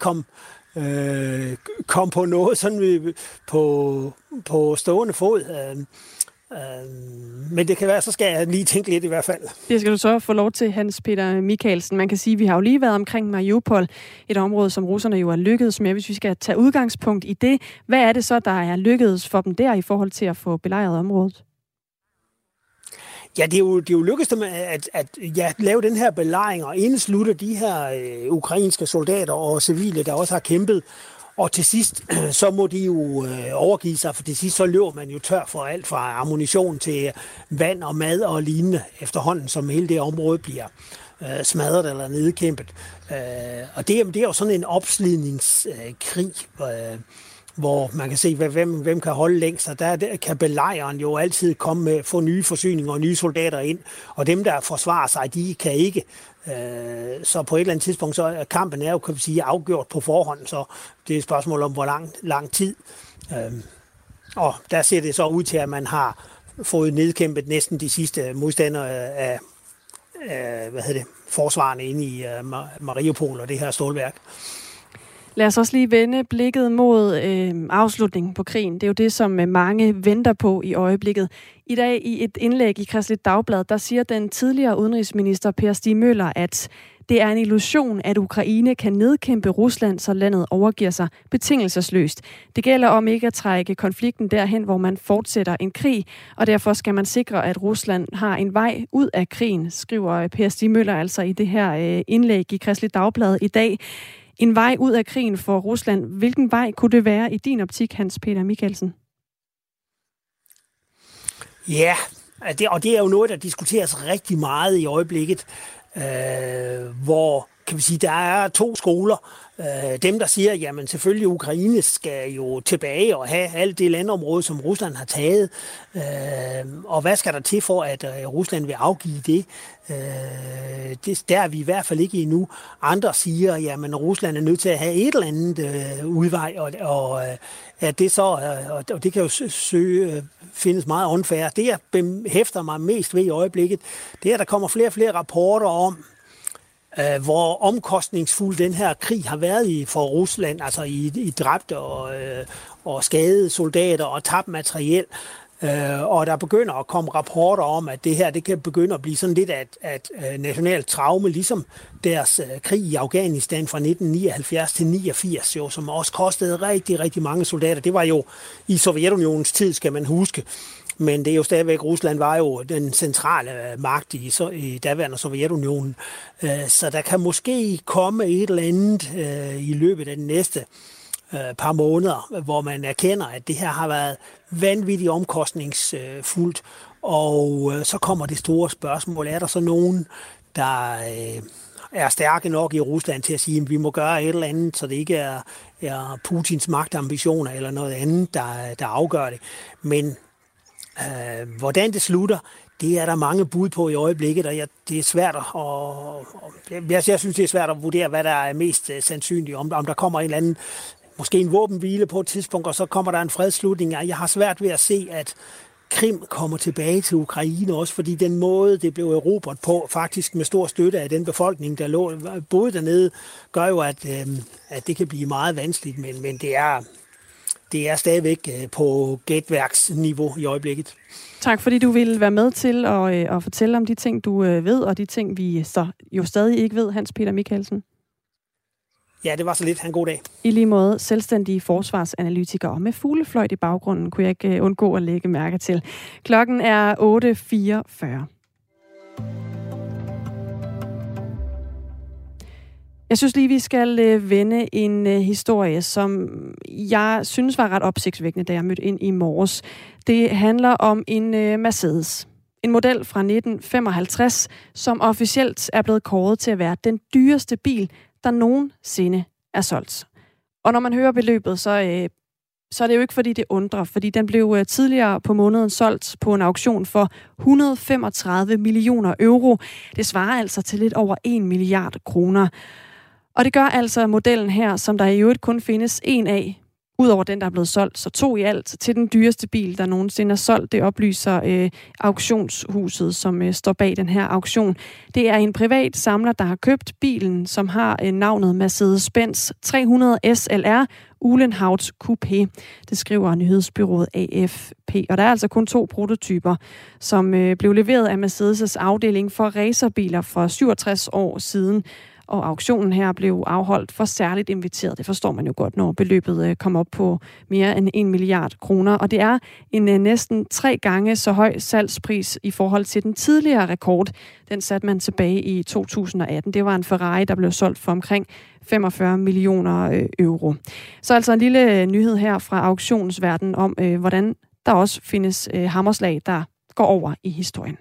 komme på noget sådan på stående fod. Men det kan være, så skal jeg lige tænke lidt i hvert fald. Det skal du så få lov til, Hans Peter Michaelsen. Man kan sige, at vi har jo lige været omkring Mariupol, et område, som russerne jo er lykkedes med. Hvis vi skal tage udgangspunkt i det, hvad er det så, der er lykkedes for dem der i forhold til at få belejret området? Ja, det er jo lykkedes dem at lave den her belejring og indslutte de her ukrainske soldater og civile, der også har kæmpet. Og til sidst, så må de jo overgive sig, for til sidst så løber man jo tør for alt fra ammunition til vand og mad og lignende efterhånden, som hele det område bliver smadret eller nedkæmpet. Og det er jo sådan en opslidningskrig, hvor man kan se, hvem kan holde længst, og der kan belejren jo altid komme med, få nye forsyninger og nye soldater ind, og dem, der forsvarer sig, de kan ikke. Så på et eller andet tidspunkt, så kampen er jo, kan vi sige, afgjort på forhånd, så det er et spørgsmål om, hvor lang tid. Og der ser det så ud til, at man har fået nedkæmpet næsten de sidste modstandere af forsvarerne inde i Mariupol og det her stålværk. Lad os også lige vende blikket mod afslutningen på krigen. Det er jo det, som mange venter på i øjeblikket. I dag i et indlæg i Kristeligt Dagblad, der siger den tidligere udenrigsminister Per Stig Møller, at det er en illusion, at Ukraine kan nedkæmpe Rusland, så landet overgiver sig betingelsesløst. Det gælder om ikke at trække konflikten derhen, hvor man fortsætter en krig, og derfor skal man sikre, at Rusland har en vej ud af krigen, skriver Per Stig Møller altså i det her indlæg i Kristeligt Dagblad i dag. En vej ud af krigen for Rusland. Hvilken vej kunne det være i din optik, Hans Peter Michaelsen? Ja, og det er jo noget, der diskuteres rigtig meget i øjeblikket, hvor, kan vi sige, der er to skoler. Dem, der siger, jamen selvfølgelig Ukraine skal jo tilbage og have alt det landområde, som Rusland har taget. Og hvad skal der til for, at Rusland vil afgive det? Der er vi i hvert fald ikke endnu. Andre siger, jamen Rusland er nødt til at have et eller andet udvej, og at det så, og det kan jo findes meget unfair. Det, jeg hæfter mig mest ved i øjeblikket, det er, at der kommer flere og flere rapporter om, hvor omkostningsfuld den her krig har været for Rusland, altså i dræbte og skadede soldater og tabt materiel. Og der begynder at komme rapporter om, at det her det kan begynde at blive sådan lidt af et nationalt traume, ligesom deres krig i Afghanistan fra 1979 til 89, jo, som også kostede rigtig, rigtig mange soldater. Det var jo i Sovjetunionens tid, skal man huske. Men det er jo stadigvæk, Rusland var jo den centrale magt i daværende Sovjetunionen. Så der kan måske komme et eller andet i løbet af den næste par måneder, hvor man erkender, at det her har været vanvittigt omkostningsfuldt. Og så kommer det store spørgsmål, er der så nogen, der er stærke nok i Rusland til at sige, at vi må gøre et eller andet, så det ikke er Putins magtambitioner eller noget andet, der afgør det. Men hvordan det slutter, det er der mange bud på i øjeblikket, og det er svært jeg synes, det er svært at vurdere, hvad der er mest sandsynligt. Om der kommer en eller anden, måske en våbenhvile på et tidspunkt, og så kommer der en fredsslutning. Jeg har svært ved at se, at Krim kommer tilbage til Ukraine også, fordi den måde, det blev erobret på, faktisk med stor støtte af den befolkning, der boede dernede, gør jo, at det kan blive meget vanskeligt, men det er stadigvæk på gætværksniveau i øjeblikket. Tak fordi du ville være med til at fortælle om de ting, du ved, og de ting, vi så jo stadig ikke ved, Hans Peter Michaelsen. Ja, det var så lidt. Ha' en god dag. I lige måde selvstændige forsvarsanalytikere, og med fuglefløjt i baggrunden kunne jeg ikke undgå at lægge mærke til. Klokken er 8:44. Jeg synes lige, vi skal vende en historie, som jeg synes var ret opsigtsvækkende, da jeg mødte ind i morges. Det handler om en Mercedes. En model fra 1955, som officielt er blevet kåret til at være den dyreste bil, der nogensinde er solgt. Og når man hører beløbet, så er det jo ikke, fordi det undrer, fordi den blev tidligere på måneden solgt på en auktion for 135 millioner euro. Det svarer altså til lidt over 1 milliard kroner. Og det gør altså modellen her, som der i øvrigt kun findes en af, Udover den, der er blevet solgt, så 2 i alt til den dyreste bil, der nogensinde er solgt. Det oplyser auktionshuset, som står bag den her auktion. Det er en privat samler, der har købt bilen, som har navnet Mercedes-Benz 300 SLR Uhlenhaut Coupé. Det skriver nyhedsbyrået AFP. Og der er altså kun 2 prototyper, som blev leveret af Mercedes' afdeling for racerbiler for 67 år siden. Og auktionen her blev afholdt for særligt inviteret. Det forstår man jo godt, når beløbet kom op på mere end 1 milliard kroner. Og det er en næsten 3 gange så høj salgspris i forhold til den tidligere rekord. Den satte man tilbage i 2018. Det var en Ferrari, der blev solgt for omkring 45 millioner euro. Så altså en lille nyhed her fra auktionsverdenen om, hvordan der også findes hammerslag, der går over i historien.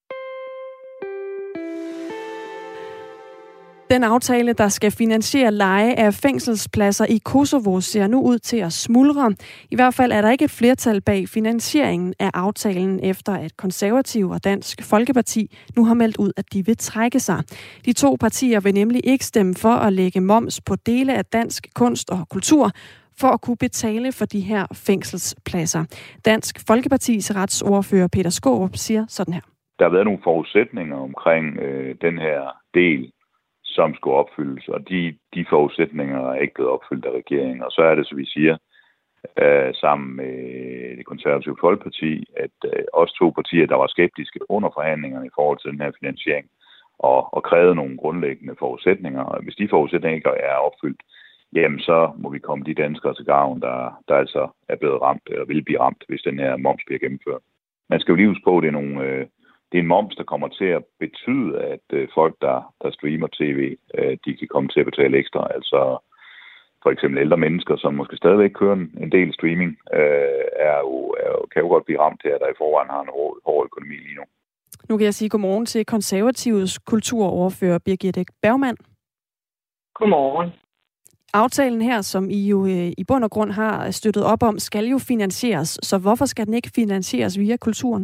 Den aftale, der skal finansiere leje af fængselspladser i Kosovo, ser nu ud til at smuldre. I hvert fald er der ikke et flertal bag finansieringen af aftalen, efter at Konservative og Dansk Folkeparti nu har meldt ud, at de vil trække sig. De 2 partier vil nemlig ikke stemme for at lægge moms på dele af dansk kunst og kultur, for at kunne betale for de her fængselspladser. Dansk Folkepartis retsordfører Peter Skaarup siger sådan her. Der har været nogle forudsætninger omkring den her del, som skulle opfyldes, og de forudsætninger er ikke blevet opfyldt af regeringen. Og så er det, så vi siger, sammen med det konservative Folkeparti, at os 2 partier, der var skeptiske under forhandlingerne i forhold til den her finansiering, og krævede nogle grundlæggende forudsætninger. Og hvis de forudsætninger ikke er opfyldt, jamen så må vi komme de danskere til gavn, der altså er blevet ramt, eller vil blive ramt, hvis den her moms bliver gennemført. Man skal jo lige huske på, at det er en moms, der kommer til at betyde, at folk, der streamer tv, de kan komme til at betale ekstra. Altså for eksempel ældre mennesker, som måske stadigvæk kører en del streaming, kan jo godt blive ramt her, der i forvejen har en hård økonomi lige nu. Nu kan jeg sige godmorgen til Konservatives kulturordfører Birgitte Bergman. Godmorgen. Aftalen her, som I jo i bund og grund har støttet op om, skal jo finansieres. Så hvorfor skal den ikke finansieres via kulturen?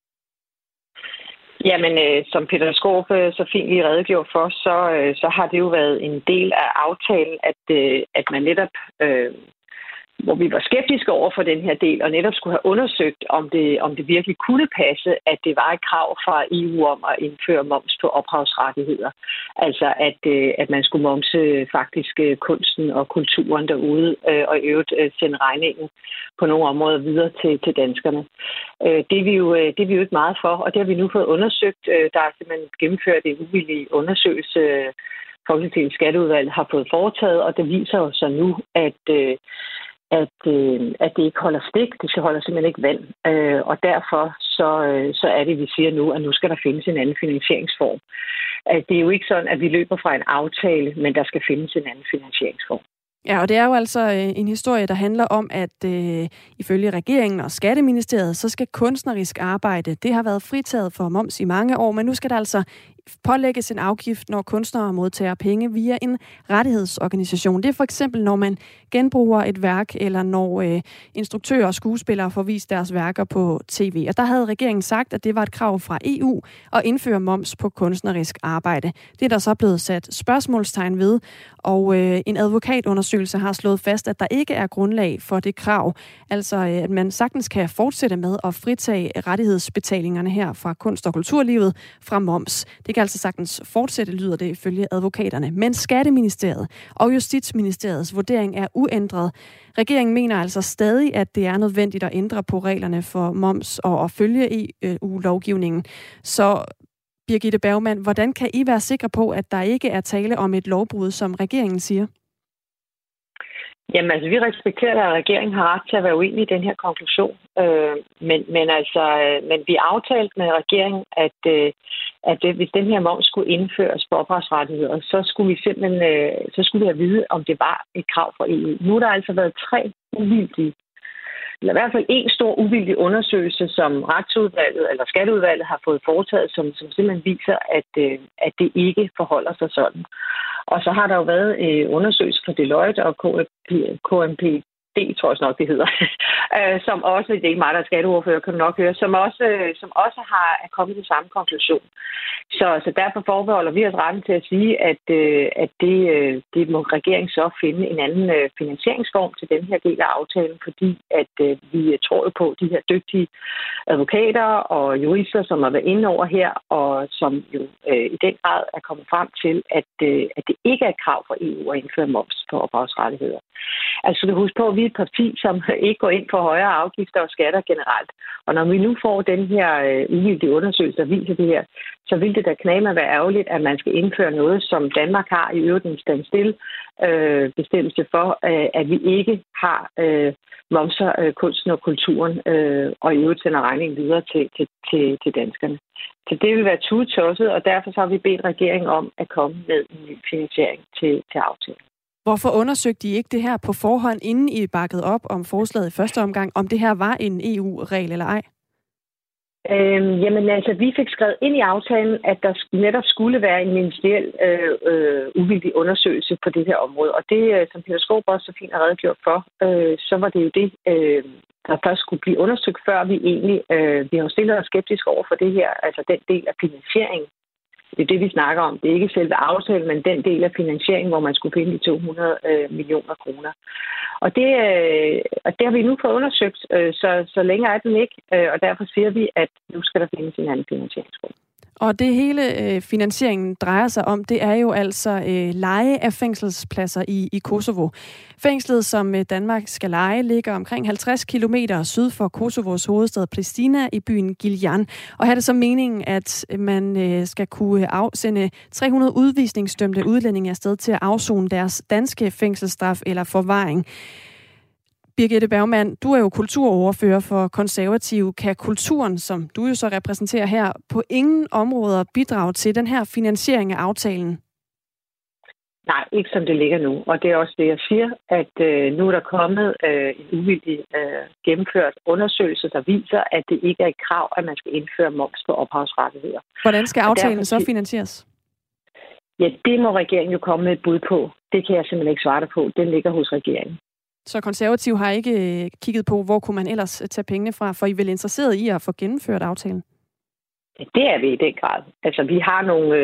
Jamen, som Peter Skaarup så fint lige redegjorde for, så har det jo været en del af aftalen, at man netop, hvor vi var skeptiske over for den her del, og netop skulle have undersøgt, om det virkelig kunne passe, at det var et krav fra EU om at indføre moms på ophavsrettigheder. Altså, at man skulle momse faktisk kunsten og kulturen derude, og i øvrigt sende regningen på nogle områder videre til danskerne. Det er vi jo ikke meget for, og det har vi nu fået undersøgt. Der er simpelthen gennemført en uvillig undersøgelse, Folketingets Skatteudvalg har fået foretaget, og det viser jo så nu, at det ikke holder stik. Det holder simpelthen ikke vand. Og derfor så er det, vi siger nu, at nu skal der findes en anden finansieringsform. Det er jo ikke sådan, at vi løber fra en aftale, men der skal findes en anden finansieringsform. Ja, og det er jo altså en historie, der handler om, at ifølge regeringen og Skatteministeriet, så skal kunstnerisk arbejde, det har været fritaget for moms i mange år, men nu skal der altså pålægges en afgift, når kunstnere modtager penge via en rettighedsorganisation. Det er for eksempel, når man genbruger et værk, eller når instruktører og skuespillere får vist deres værker på tv. Og der havde regeringen sagt, at det var et krav fra EU at indføre moms på kunstnerisk arbejde. Det er der så blevet sat spørgsmålstegn ved, og en advokatundersøgelse har slået fast, at der ikke er grundlag for det krav. Altså, at man sagtens kan fortsætte med at fritage rettighedsbetalingerne her fra kunst- og kulturlivet fra moms. Det kan altså sagtens fortsætte, lyder det ifølge advokaterne. Men Skatteministeriet og Justitsministeriets vurdering er uændret. Regeringen mener altså stadig, at det er nødvendigt at ændre på reglerne for moms og at følge EU-lovgivningen. Så Birgitte Bergman, hvordan kan I være sikre på, at der ikke er tale om et lovbrud, som regeringen siger? Jamen altså, vi respekterer, at regeringen har ret til at være uenig i den her konklusion. Men vi aftalte med regeringen, at hvis den her moms skulle indføres på ophavsrettigheder, så skulle vi simpelthen have vide, om det var et krav fra EU. Nu har der altså været 3 uvildige, eller i hvert fald en stor uvildig undersøgelse, som Retsudvalget eller Skatteudvalget har fået foretaget, som simpelthen viser, at det ikke forholder sig sådan. Og så har der jo været undersøgelser fra Deloitte og KPMG, tror jeg nok, det hedder, som også, det er ikke mig, der er skatteordfører, kan du nok høre, som også er kommet til samme konklusion. Så derfor forbeholder vi os retten til at sige, at det må regeringen så finde en anden finansieringsform til den her del af aftalen, fordi at vi tror på de her dygtige advokater og jurister, som har været inde over her, og som jo i den grad er kommet frem til, at det ikke er et krav for EU at indføre moms på ophavsrettigheder. Altså, du kan huske på, at vi er et parti, som ikke går ind for højere afgifter og skatter generelt. Og når vi nu får den her uvildige undersøgelse, der viser det her, så vil det da knageme være ærgerligt, at man skal indføre noget, som Danmark har i øvrigt en standstill bestemmelse for, at vi ikke har momser kunsten og kulturen, og i øvrigt sender regningen videre til danskerne. Så det vil være tudetosset, og derfor så har vi bedt regeringen om at komme med en ny finansiering til aftalen. Hvorfor undersøgte I ikke det her på forhånd, inden I bakkede op om forslaget i første omgang, om det her var en EU-regel eller ej? Jamen altså, vi fik skrevet ind i aftalen, at der netop skulle være en ministeriel uvildig undersøgelse på det her område. Og det, som Peter Skaarup også så fint har redegjort for, så var det jo det, der først skulle blive undersøgt, før vi egentlig... vi har jo stillet os skeptisk over for det her, altså den del af finansieringen. Det er det, vi snakker om. Det er ikke selve aftalen, men den del af finansieringen, hvor man skulle finde de 200 millioner kroner. Og det har vi nu fået undersøgt, så længe er den ikke, og derfor siger vi, at nu skal der findes en anden finansieringsform. Og det hele finansieringen drejer sig om, det er jo altså leje af fængselspladser i Kosovo. Fængslet, som Danmark skal leje, ligger omkring 50 kilometer syd for Kosovos hovedstad Pristina i byen Giljan. Og her er det så meningen, at man skal kunne afsende 300 udvisningsdømte udlændinge afsted til at afsone deres danske fængselsstraf eller forvaring. Birgitte Bergman, du er jo kulturordfører for Konservative. Kan kulturen, som du jo så repræsenterer her, på ingen områder bidrage til den her finansiering af aftalen? Nej, ikke som det ligger nu. Og det er også det, jeg siger, at nu er der kommet en uvildig gennemført undersøgelse, der viser, at det ikke er et krav, at man skal indføre moms på ophavsrettigheder. Hvordan skal aftalen så finansieres? Ja, det må regeringen jo komme med et bud på. Det kan jeg simpelthen ikke svare dig på. Den ligger hos regeringen. Så Konservative har ikke kigget på, hvor kunne man ellers tage pengene fra, for I er vel interesseret i at få gennemført aftalen? Det er vi i den grad. Altså, vi har nogle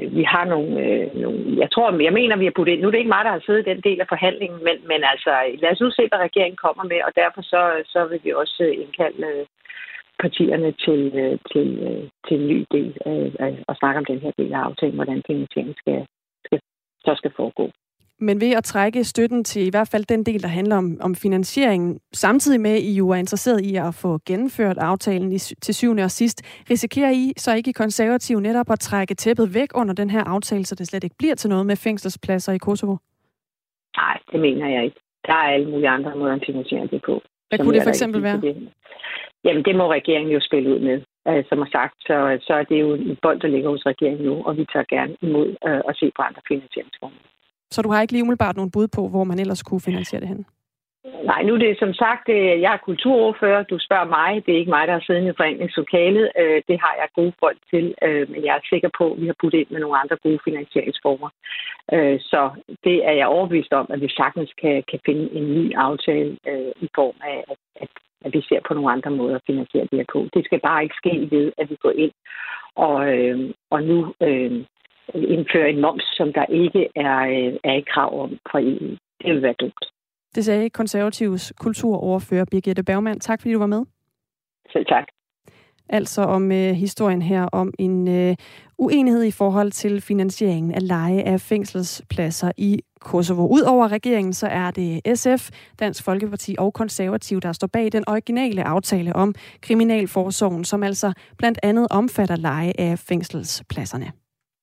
jeg mener, vi har puttet ind. Nu er det ikke mig, der har siddet i den del af forhandlingen, men altså, lad os nu se, hvad regeringen kommer med, og derfor så vil vi også indkalde partierne til en ny del og snakke om den her del af aftalen, hvordan finansieringen skal foregå. Men ved at trække støtten til i hvert fald den del, der handler om finansieringen, samtidig med, at I jo er interesseret i at få gennemført aftalen til syvende og sidst, risikerer I så ikke i Konservative netop at trække tæppet væk under den her aftale, så det slet ikke bliver til noget med fængselspladser i Kosovo? Nej, det mener jeg ikke. Der er alle mulige andre måder at finansiere det på. Hvad kunne det for eksempel være? Jamen, det må regeringen jo spille ud med. Som har sagt, så er det jo en bold, der ligger hos regeringen nu, og vi tager gerne imod at se på andre finansieringsformer. Så du har ikke lige umiddelbart nogen bud på, hvor man ellers kunne finansiere det hen? Nej, nu er det som sagt, jeg er kulturordfører. Du spørger mig. Det er ikke mig, der har siddet i forhandlingslokalet. Det har jeg gode folk til, men jeg er sikker på, at vi har puttet ind med nogle andre gode finansieringsformer. Så det er jeg overbevist om, at vi sagtens kan finde en ny aftale i form af, at vi ser på nogle andre måder at finansiere det her på. Det skal bare ikke ske ved, at vi går ind og nu indføre en moms, som der ikke er et krav om fra EU. Det vil være dumt. Det sagde Konservatives kulturordfører Birgitte Bergman. Tak fordi du var med. Selv tak. Altså om historien her om en uenighed i forhold til finansieringen af leje af fængselspladser i Kosovo. Udover regeringen, så er det SF, Dansk Folkeparti og Konservative, der står bag den originale aftale om kriminalforsorgen, som altså blandt andet omfatter leje af fængselspladserne.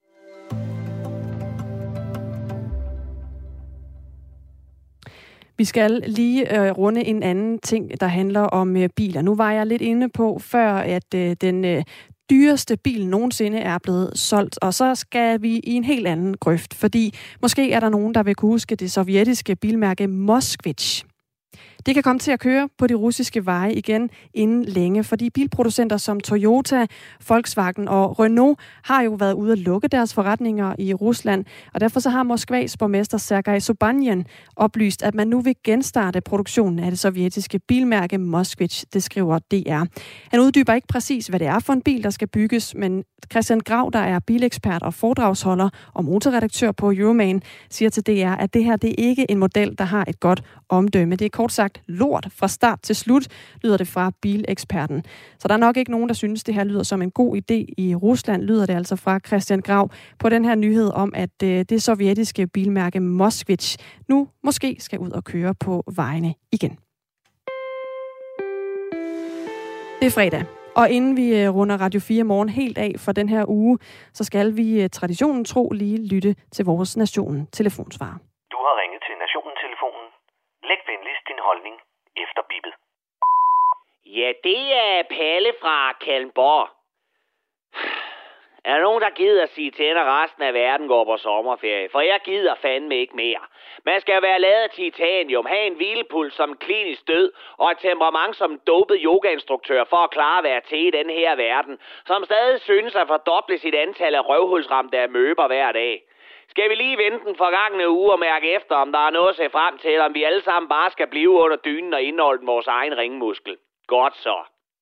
Vi skal lige runde en anden ting, der handler om biler. Nu var jeg lidt inde på før, at den dyreste bil nogensinde er blevet solgt, og så skal vi i en helt anden grøft, fordi måske er der nogen, der vil kunne huske det sovjetiske bilmærke Moskvich. Det kan komme til at køre på de russiske veje igen inden længe, fordi bilproducenter som Toyota, Volkswagen og Renault har jo været ude at lukke deres forretninger i Rusland, og derfor så har Moskvas borgmester Sergej Sobyanin oplyst, at man nu vil genstarte produktionen af det sovjetiske bilmærke Moskvich, det skriver DR. Han uddyber ikke præcis, hvad det er for en bil, der skal bygges, men Christian Grau, der er bilekspert og foredragsholder og motorredaktør på Euroman, siger til DR, at det her det er ikke en model, der har et godt omdømme. Det er kort sagt lort fra start til slut, lyder det fra bileksperten. Så der er nok ikke nogen, der synes, det her lyder som en god idé. I Rusland lyder det altså fra Christian Grau på den her nyhed om, at det sovjetiske bilmærke Moskvich nu måske skal ud og køre på vejene igen. Det er fredag. Og inden vi runder Radio 4 morgen helt af for den her uge, så skal vi traditionen tro lige lytte til vores Nationen telefonsvar. Du har ringet til Nationen-telefonen. Læg venligst din holdning efter bippet. Ja, det er Palle fra Kalmborg. Er der nogen, der gider at sige til, at resten af verden går på sommerferie? For jeg gider fandme ikke mere. Man skal være lavet af titanium, have en hvilepuls som klinisk død, og et temperament som dopet yogainstruktør for at klare at være til i den her verden, som stadig synes at fordoble sit antal af røvhulsramte amøber hver dag. Skal vi lige vente den forgangne uge og mærke efter, om der er noget at se frem til, eller om vi alle sammen bare skal blive under dynen og indholde vores egen ringmuskel? Godt så.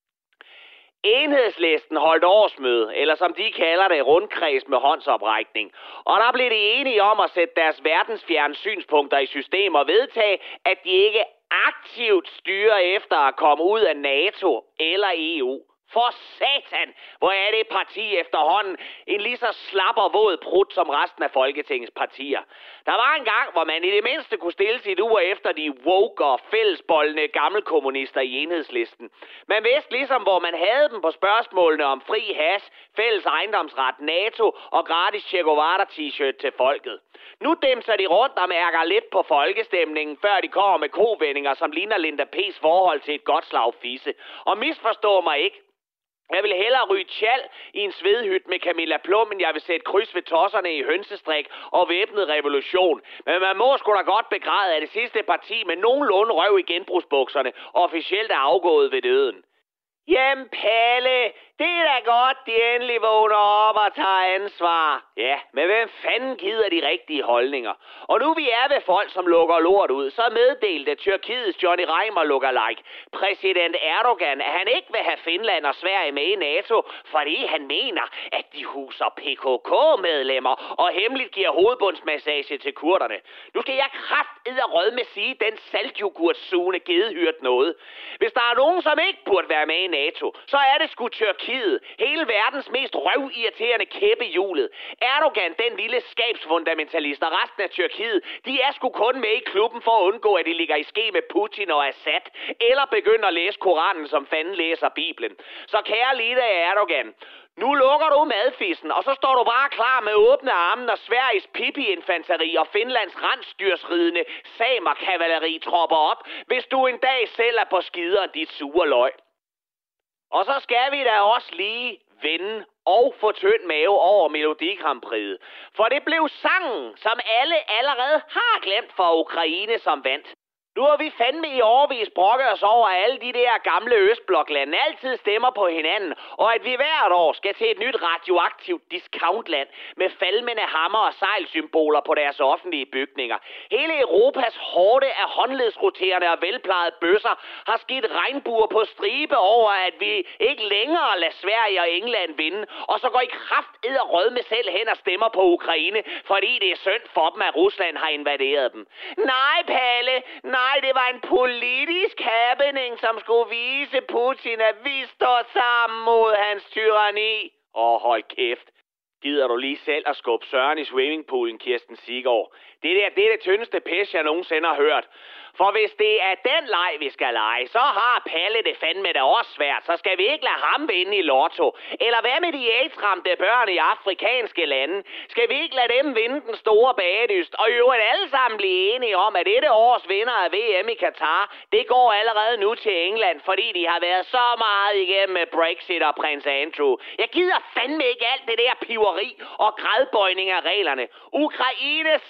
Enhedslisten holdt årsmøde, eller som de kalder det, rundkreds med håndsoprækning. Og der blev de enige om at sætte deres verdensfjerne synspunkter i system og vedtage, at de ikke aktivt styrer efter at komme ud af NATO eller EU. For satan, hvor er det parti efterhånden en lige så slap og våd prut som resten af Folketingets partier. Der var en gang, hvor man i det mindste kunne stille sit ur efter de woke og fællesboldende gammelkommunister i Enhedslisten. Man vidste ligesom, hvor man havde dem på spørgsmålene om fri hash, fælles ejendomsret, NATO og gratis Che Guevara t-shirt til folket. Nu dæmser de rundt og mærker lidt på folkestemningen, før de kommer med kovendinger, som ligner Linda P's forhold til et godt slag fisse. Og misforstå mig ikke. Jeg vil hellere ryge tjal i en svedhyt med Camilla Plum, end jeg vil sætte kryds ved tosserne i hønsestrik og væbnet revolution. Men man må sgu da godt begræde, at det sidste parti med nogenlunde røv i genbrugsbukserne officielt er afgået ved døden. Jamen Palle, det er da godt, de endelig vågner op og tager ansvar. Ja, men hvem fanden gider de rigtige holdninger? Og nu vi er ved folk, som lukker lort ud, så meddelte Tyrkiets Johnny Reimer lookalike præsident Erdogan, at han ikke vil have Finland og Sverige med i NATO, fordi han mener, at de huser PKK-medlemmer og hemmeligt giver hovedbundsmassage til kurderne. Nu skal jeg kraftedderrødme sige, den saltjogurtsugende gedehyrt noget. Hvis der er nogen, som ikke burde være med i NATO, så er det sgu Tyrkiet. Hele verdens mest røvirriterende kæppe i hjulet. Erdogan, den lille skabsfundamentalist, og resten af Tyrkiet, de er sgu kun med i klubben for at undgå, at de ligger i ske med Putin og Assad, eller begynder at læse Koranen, som fanden læser Bibelen. Så kære lille Erdogan, nu lukker du madfissen, og så står du bare klar med åbne arme, når Sveriges Pippi-infanteri og Finlands rensdyrsridende samer-kavaleri tropper op, hvis du en dag selv er på skideren, dit sure løg. Og så skal vi da også lige vende og få tynd mave over Melodi Grand Prix. For det blev sangen, som alle allerede har glemt for Ukraine, som vandt. Nu har vi fandme i årevis brokket os over, at alle de der gamle østbloklande altid stemmer på hinanden, og at vi hvert år skal til et nyt radioaktivt discountland med falmende hammer og sejlsymboler på deres offentlige bygninger. Hele Europas hårde af håndledsroterende og velplejede bøsser har skidt regnbuer på stribe over, at vi ikke længere lader Sverige og England vinde, og så går I kraftedderrødme selv hen og stemmer på Ukraine, fordi det er synd for dem, at Rusland har invaderet dem. Nej, Palle, nej, det var en politisk happening, som skulle vise Putin, at vi står sammen mod hans tyranni. Hold kæft. Gider du lige selv at skubbe Søren i swimmingpoolen, Kirsten Siggaard? Det er det tyndeste pis, jeg nogensinde har hørt. For hvis det er den leg, vi skal lege, så har Palle det fandme da også svært. Så skal vi ikke lade ham vinde i lotto. Eller hvad med de AIDS-ramte børn i afrikanske lande? Skal vi ikke lade dem vinde den store bagedyst? Og jo, at alle sammen blive enige om, at dette års vinder af VM i Katar, det går allerede nu til England, fordi de har været så meget igennem med Brexit og prins Andrew. Jeg gider fandme ikke alt det der piveri og gradbøjning af reglerne. Ukraines sang, den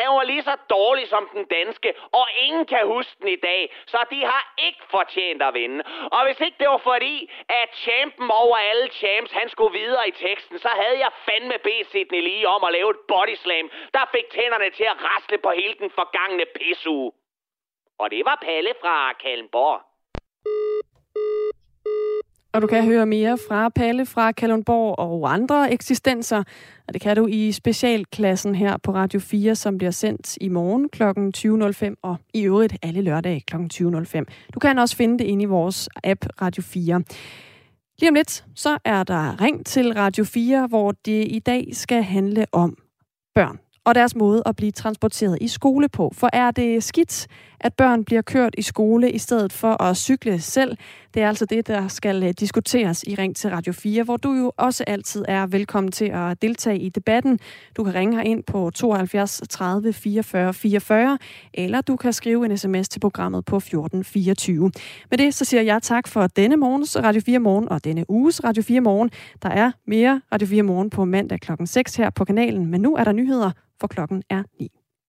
var lige så dårlig som den danske, og ingen kan huske den i dag, så de har ikke fortjent at vinde. Og hvis ikke det var fordi, at champen over alle champs, han skulle videre i teksten, så havde jeg fandme bedt Sidney Lee om at lave et bodyslam, der fik tænderne til at rasle på hele den forgangne pisseuge. Og det var Palle fra Kalundborg. Og du kan høre mere fra Palle fra Kalundborg og andre eksistenser. Og det kan du i specialklassen her på Radio 4, som bliver sendt i morgen kl. 20.05 og i øvrigt alle lørdage kl. 20.05. Du kan også finde det inde i vores app Radio 4. Lige om lidt, så er der Ring til Radio 4, hvor det i dag skal handle om børn og deres måde at blive transporteret i skole på. For er det skidt, at børn bliver kørt i skole i stedet for at cykle selv? Det er altså det, der skal diskuteres i Ring til Radio 4, hvor du jo også altid er velkommen til at deltage i debatten. Du kan ringe herind på 72 30 44 44, eller du kan skrive en sms til programmet på 1424. Med det så siger jeg tak for denne morgens Radio 4 Morgen og denne uges Radio 4 Morgen. Der er mere Radio 4 Morgen på mandag kl. 6 her på kanalen, men nu er der nyheder, for klokken er 9.